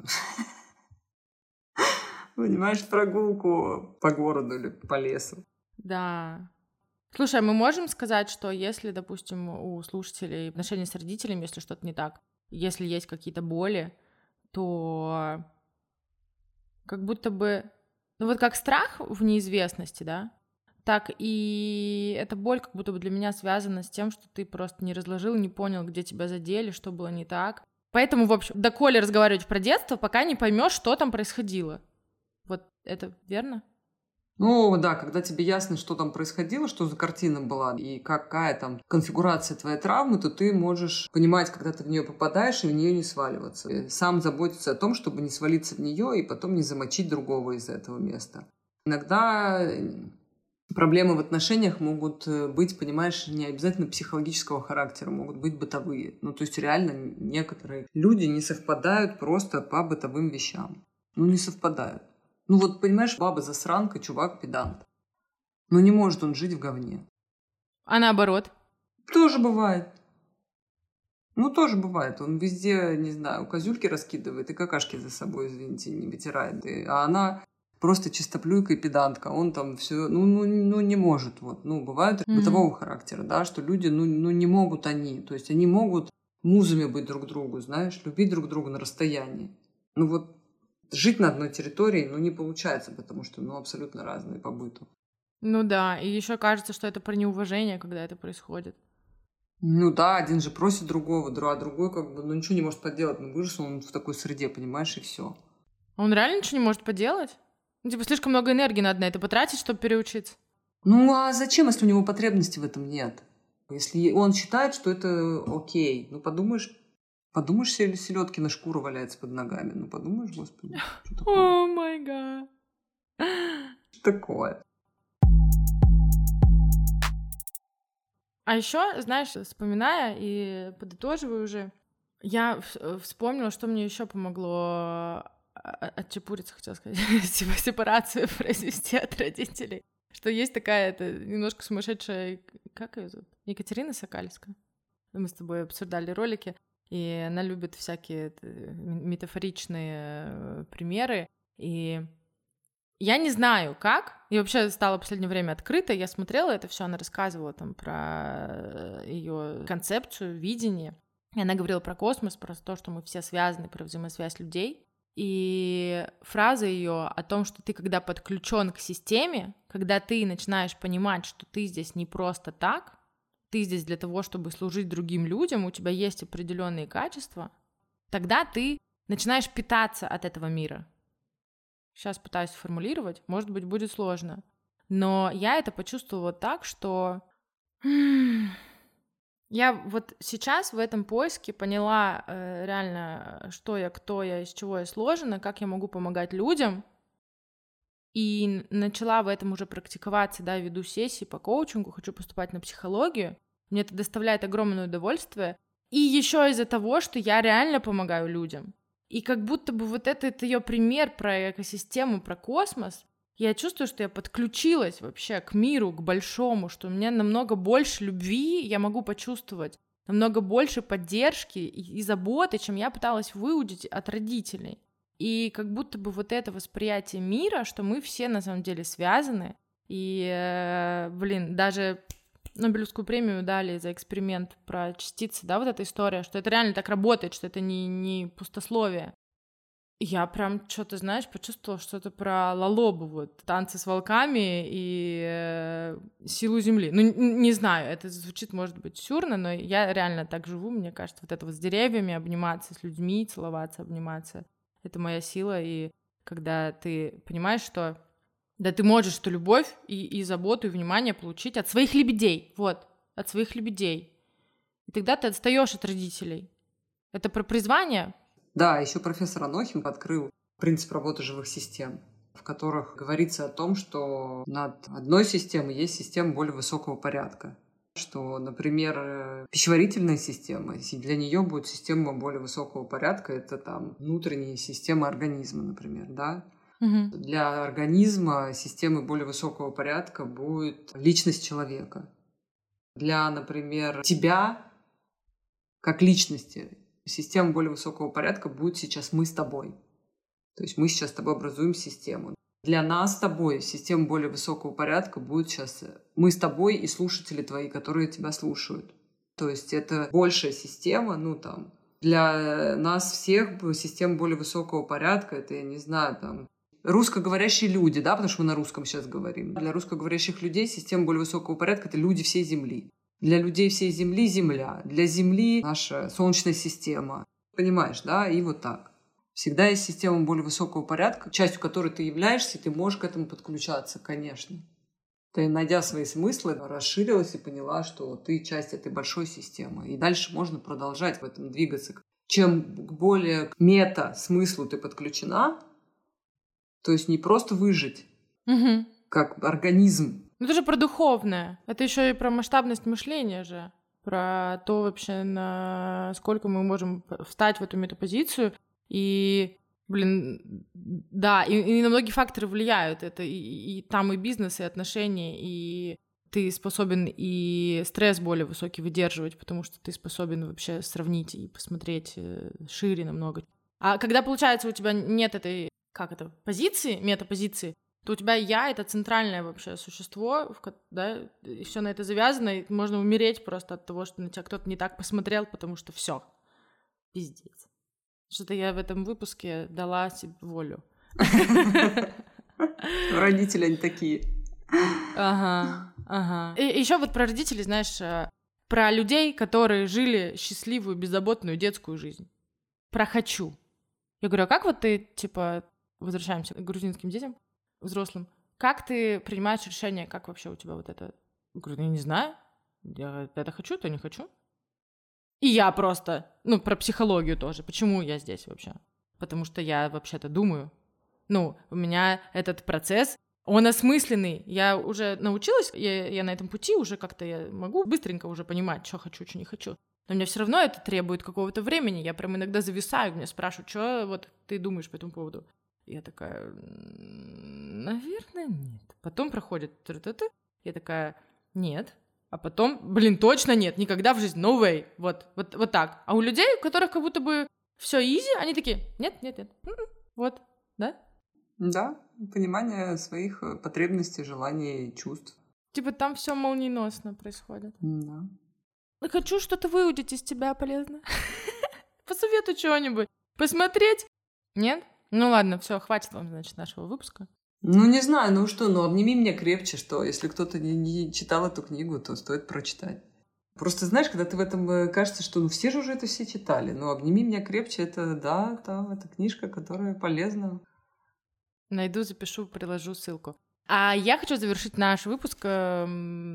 B: Понимаешь, прогулку по городу или по лесу.
A: Да. Слушай, мы можем сказать, что если, допустим, у слушателей отношения с родителями, если что-то не так, если есть какие-то боли, то как будто бы... Ну вот как страх в неизвестности, да, так и эта боль как будто бы для меня связана с тем, что ты просто не разложил, не понял, где тебя задели, что было не так. Поэтому, в общем, доколе разговаривать про детство, пока не поймешь, что там происходило. Вот это верно?
B: Ну, да, когда тебе ясно, что там происходило, что за картина была и какая там конфигурация твоей травмы, то ты можешь понимать, когда ты в нее попадаешь, и в нее не сваливаться. И сам заботиться о том, чтобы не свалиться в нее и потом не замочить другого из этого места. Иногда проблемы в отношениях могут быть, понимаешь, не обязательно психологического характера, могут быть бытовые. Ну, то есть реально некоторые люди не совпадают просто по бытовым вещам. Ну, не совпадают. Ну, вот, понимаешь, баба засранка, чувак педант. Ну, не может он жить в говне.
A: А наоборот?
B: Тоже бывает. Ну, тоже бывает. Он везде, не знаю, козюльки раскидывает и какашки за собой, извините, не вытирает. И, а она просто чистоплюйка и педантка. Он там все, ну, ну, ну не может. Вот. Ну, бывают mm-hmm. бытового характера, да, что люди, ну, ну, не могут они. То есть они могут музами быть друг другу, знаешь, любить друг друга на расстоянии. Ну, вот жить на одной территории, ну, не получается, потому что, ну, абсолютно разные по быту.
A: Ну да, и еще кажется, что это про неуважение, когда это происходит.
B: Ну да, один же просит другого, а другой как бы, ну, ничего не может поделать. Ну, вырос он в такой среде, понимаешь, и все.
A: А он реально ничего не может поделать? Ну, типа, слишком много энергии надо на это потратить, чтобы переучиться.
B: Ну, а зачем, если у него потребности в этом нет? Если он считает, что это окей, ну, подумаешь, подумаешь, селедки на шкуру валяется под ногами. Ну, подумаешь, господи, что такое?
A: О май гад.
B: Что такое?
A: А еще, знаешь, вспоминая и подытоживая уже, я вспомнила, что мне еще помогло отчепуриться, хотела сказать, сепарацию произвести от родителей. Что есть такая, это немножко сумасшедшая, как ее зовут? Екатерина Сокальская. Мы с тобой обсуждали ролики, и она любит всякие метафоричные примеры, и я не знаю, как. Я вообще стала в последнее время открытой. Я смотрела это все, она рассказывала там про ее концепцию, видение. И она говорила про космос, про то, что мы все связаны, про взаимосвязь людей. И фраза ее о том, что ты, когда подключен к системе, когда ты начинаешь понимать, что ты здесь не просто так, ты здесь для того, чтобы служить другим людям, у тебя есть определенные качества, тогда ты начинаешь питаться от этого мира. Сейчас пытаюсь сформулировать, может быть, будет сложно. Но я это почувствовала так, что я вот сейчас в этом поиске поняла э, реально, что я, кто я, из чего я сложена, как я могу помогать людям. И начала в этом уже практиковаться, да, веду сессии по коучингу, хочу поступать на психологию. Мне это доставляет огромное удовольствие. И еще из-за того, что я реально помогаю людям. И как будто бы вот этот ее пример про экосистему, про космос, я чувствую, что я подключилась вообще к миру, к большому, что у меня намного больше любви я могу почувствовать, намного больше поддержки и, и заботы, чем я пыталась выудить от родителей. И как будто бы вот это восприятие мира, что мы все на самом деле связаны, и, э, блин, даже Нобелевскую премию дали за эксперимент про частицы, да, вот эта история, что это реально так работает, что это не, не пустословие. Я прям что-то, знаешь, почувствовала что-то про Лалобу, вот, танцы с волками и э, силу земли. Ну, не, не знаю, это звучит, может быть, сюрно, но я реально так живу, мне кажется, вот это вот с деревьями обниматься, с людьми целоваться, обниматься. Это моя сила, и когда ты понимаешь, что да ты можешь эту любовь и, и заботу, и внимание получить от своих лебедей, вот, от своих лебедей. И тогда ты отстаешь от родителей. Это про призвание.
B: Да, еще профессор Анохин открыл принцип работы живых систем, в которых говорится о том, что над одной системой есть система более высокого порядка. Что, например, пищеварительная система, для нее будет система более высокого порядка, это там внутренняя система организма, например, да. Угу. Для организма системой более высокого порядка будет личность человека. Для, например, тебя как личности система более высокого порядка будет сейчас мы с тобой. То есть мы сейчас с тобой образуем систему. Для нас с тобой система более высокого порядка будет сейчас мы с тобой и слушатели твои, которые тебя слушают. То есть это большая система, ну там, для нас всех система более высокого порядка, это, я не знаю, там, русскоговорящие люди, да, потому что мы на русском сейчас говорим. Для русскоговорящих людей система более высокого порядка — это люди всей Земли. Для людей всей Земли — Земля. Для Земли — наша Солнечная система. Понимаешь, да? И вот так. Всегда есть система более высокого порядка, частью которой ты являешься, и ты можешь к этому подключаться, конечно. Ты, найдя свои смыслы, расширилась и поняла, что ты часть этой большой системы. И дальше можно продолжать в этом двигаться. Чем более к мета-смыслу ты подключена, то есть не просто выжить,
A: Угу.
B: как организм.
A: Ну, это же про духовное. Это еще и про масштабность мышления же. Про то вообще, насколько мы можем встать в эту метапозицию. И, блин, да, и, и на многие факторы влияют. Это и, и там и бизнес, и отношения, и ты способен и стресс более высокий выдерживать, потому что ты способен вообще сравнить и посмотреть шире намного. А когда, получается, у тебя нет этой, как это, позиции, метапозиции, то у тебя я — это центральное вообще существо, да, и все на это завязано, и можно умереть просто от того, что на тебя кто-то не так посмотрел, потому что все, пиздец. Что-то я в этом выпуске дала себе волю.
B: Родители они такие.
A: Ага, ага. И еще вот про родителей, знаешь, про людей, которые жили счастливую, беззаботную детскую жизнь. Про «хочу». Я говорю, а как вот ты, типа, возвращаемся к грузинским детям, взрослым, как ты принимаешь решение, как вообще у тебя вот это? Я говорю, я не знаю, я это хочу, то не хочу. И я просто, ну, про психологию тоже, почему я здесь вообще? Потому что я вообще-то думаю. Ну, у меня этот процесс, он осмысленный. Я уже научилась, я, я на этом пути уже как-то я могу быстренько уже понимать, что хочу, что не хочу. Но мне все равно это требует какого-то времени. Я прям иногда зависаю, меня спрашивают, что вот ты думаешь по этому поводу? Я такая, наверное, нет. Потом проходит, я такая, нет. А потом, блин, точно нет, никогда в жизни, no way. Вот, вот, вот так. А у людей, у которых как будто бы все изи, они такие, нет, нет, нет. Вот, да?
B: Да, понимание своих потребностей, желаний, чувств.
A: Типа там все молниеносно происходит.
B: Да.
A: Хочу что-то выудить из тебя полезно. Посоветуй что-нибудь. Посмотреть? Нет? Ну ладно, все, хватит вам, значит, нашего выпуска.
B: Ну, не знаю, ну что, ну обними меня крепче, что если кто-то не, не читал эту книгу, то стоит прочитать. Просто знаешь, когда ты в этом кажется, что ну все же уже это все читали, но обними меня крепче, это да, там, это книжка, которая полезна.
A: Найду, запишу, приложу ссылку. А я хочу завершить наш выпуск. Я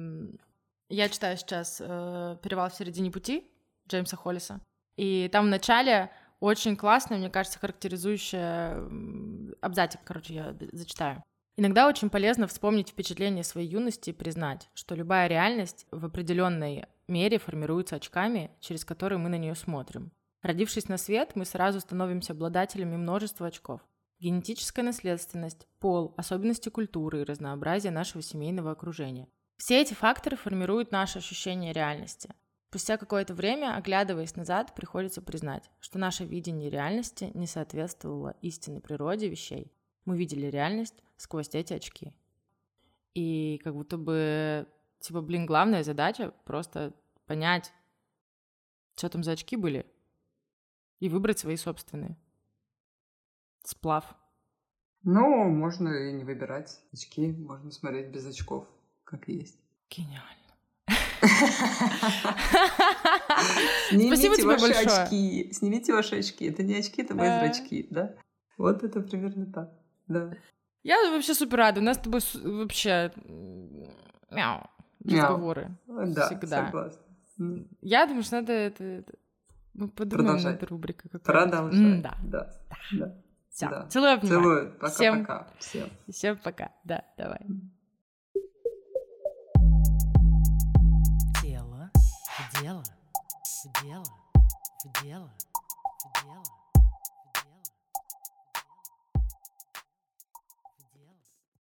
A: читаю сейчас «Перевал в середине пути» Джеймса Холлиса. И там в начале очень классная, мне кажется, характеризующая абзацик, короче, я зачитаю. Иногда очень полезно вспомнить впечатления своей юности и признать, что любая реальность в определенной мере формируется очками, через которые мы на нее смотрим. Родившись на свет, мы сразу становимся обладателями множества очков. Генетическая наследственность, пол, особенности культуры и разнообразие нашего семейного окружения. Все эти факторы формируют наше ощущение реальности. Спустя какое-то время, оглядываясь назад, приходится признать, что наше видение реальности не соответствовало истинной природе вещей. Мы видели реальность сквозь эти очки. И как будто бы, типа, блин, главная задача просто понять, что там за очки были, и выбрать свои собственные. Сплав.
B: Ну, можно и не выбирать очки, можно смотреть без очков, как есть.
A: Гениально.
B: Снимите ваши очки. Снимите ваши очки. Это не очки, это мои зрачки, да? Вот это примерно так, да.
A: Я вообще супер рада. У нас с тобой вообще мяу, разговоры.
B: Да,
A: всегда.
B: Согласна.
A: Я думаю, что надо это... Мы подумаем над рубрикой какой-то.
B: Продолжать.
A: Да.
B: Да.
A: Все.
B: Да.
A: Целую, обнимаю.
B: Целую. Пока-пока. Всем.
A: Всем пока. Да, давай.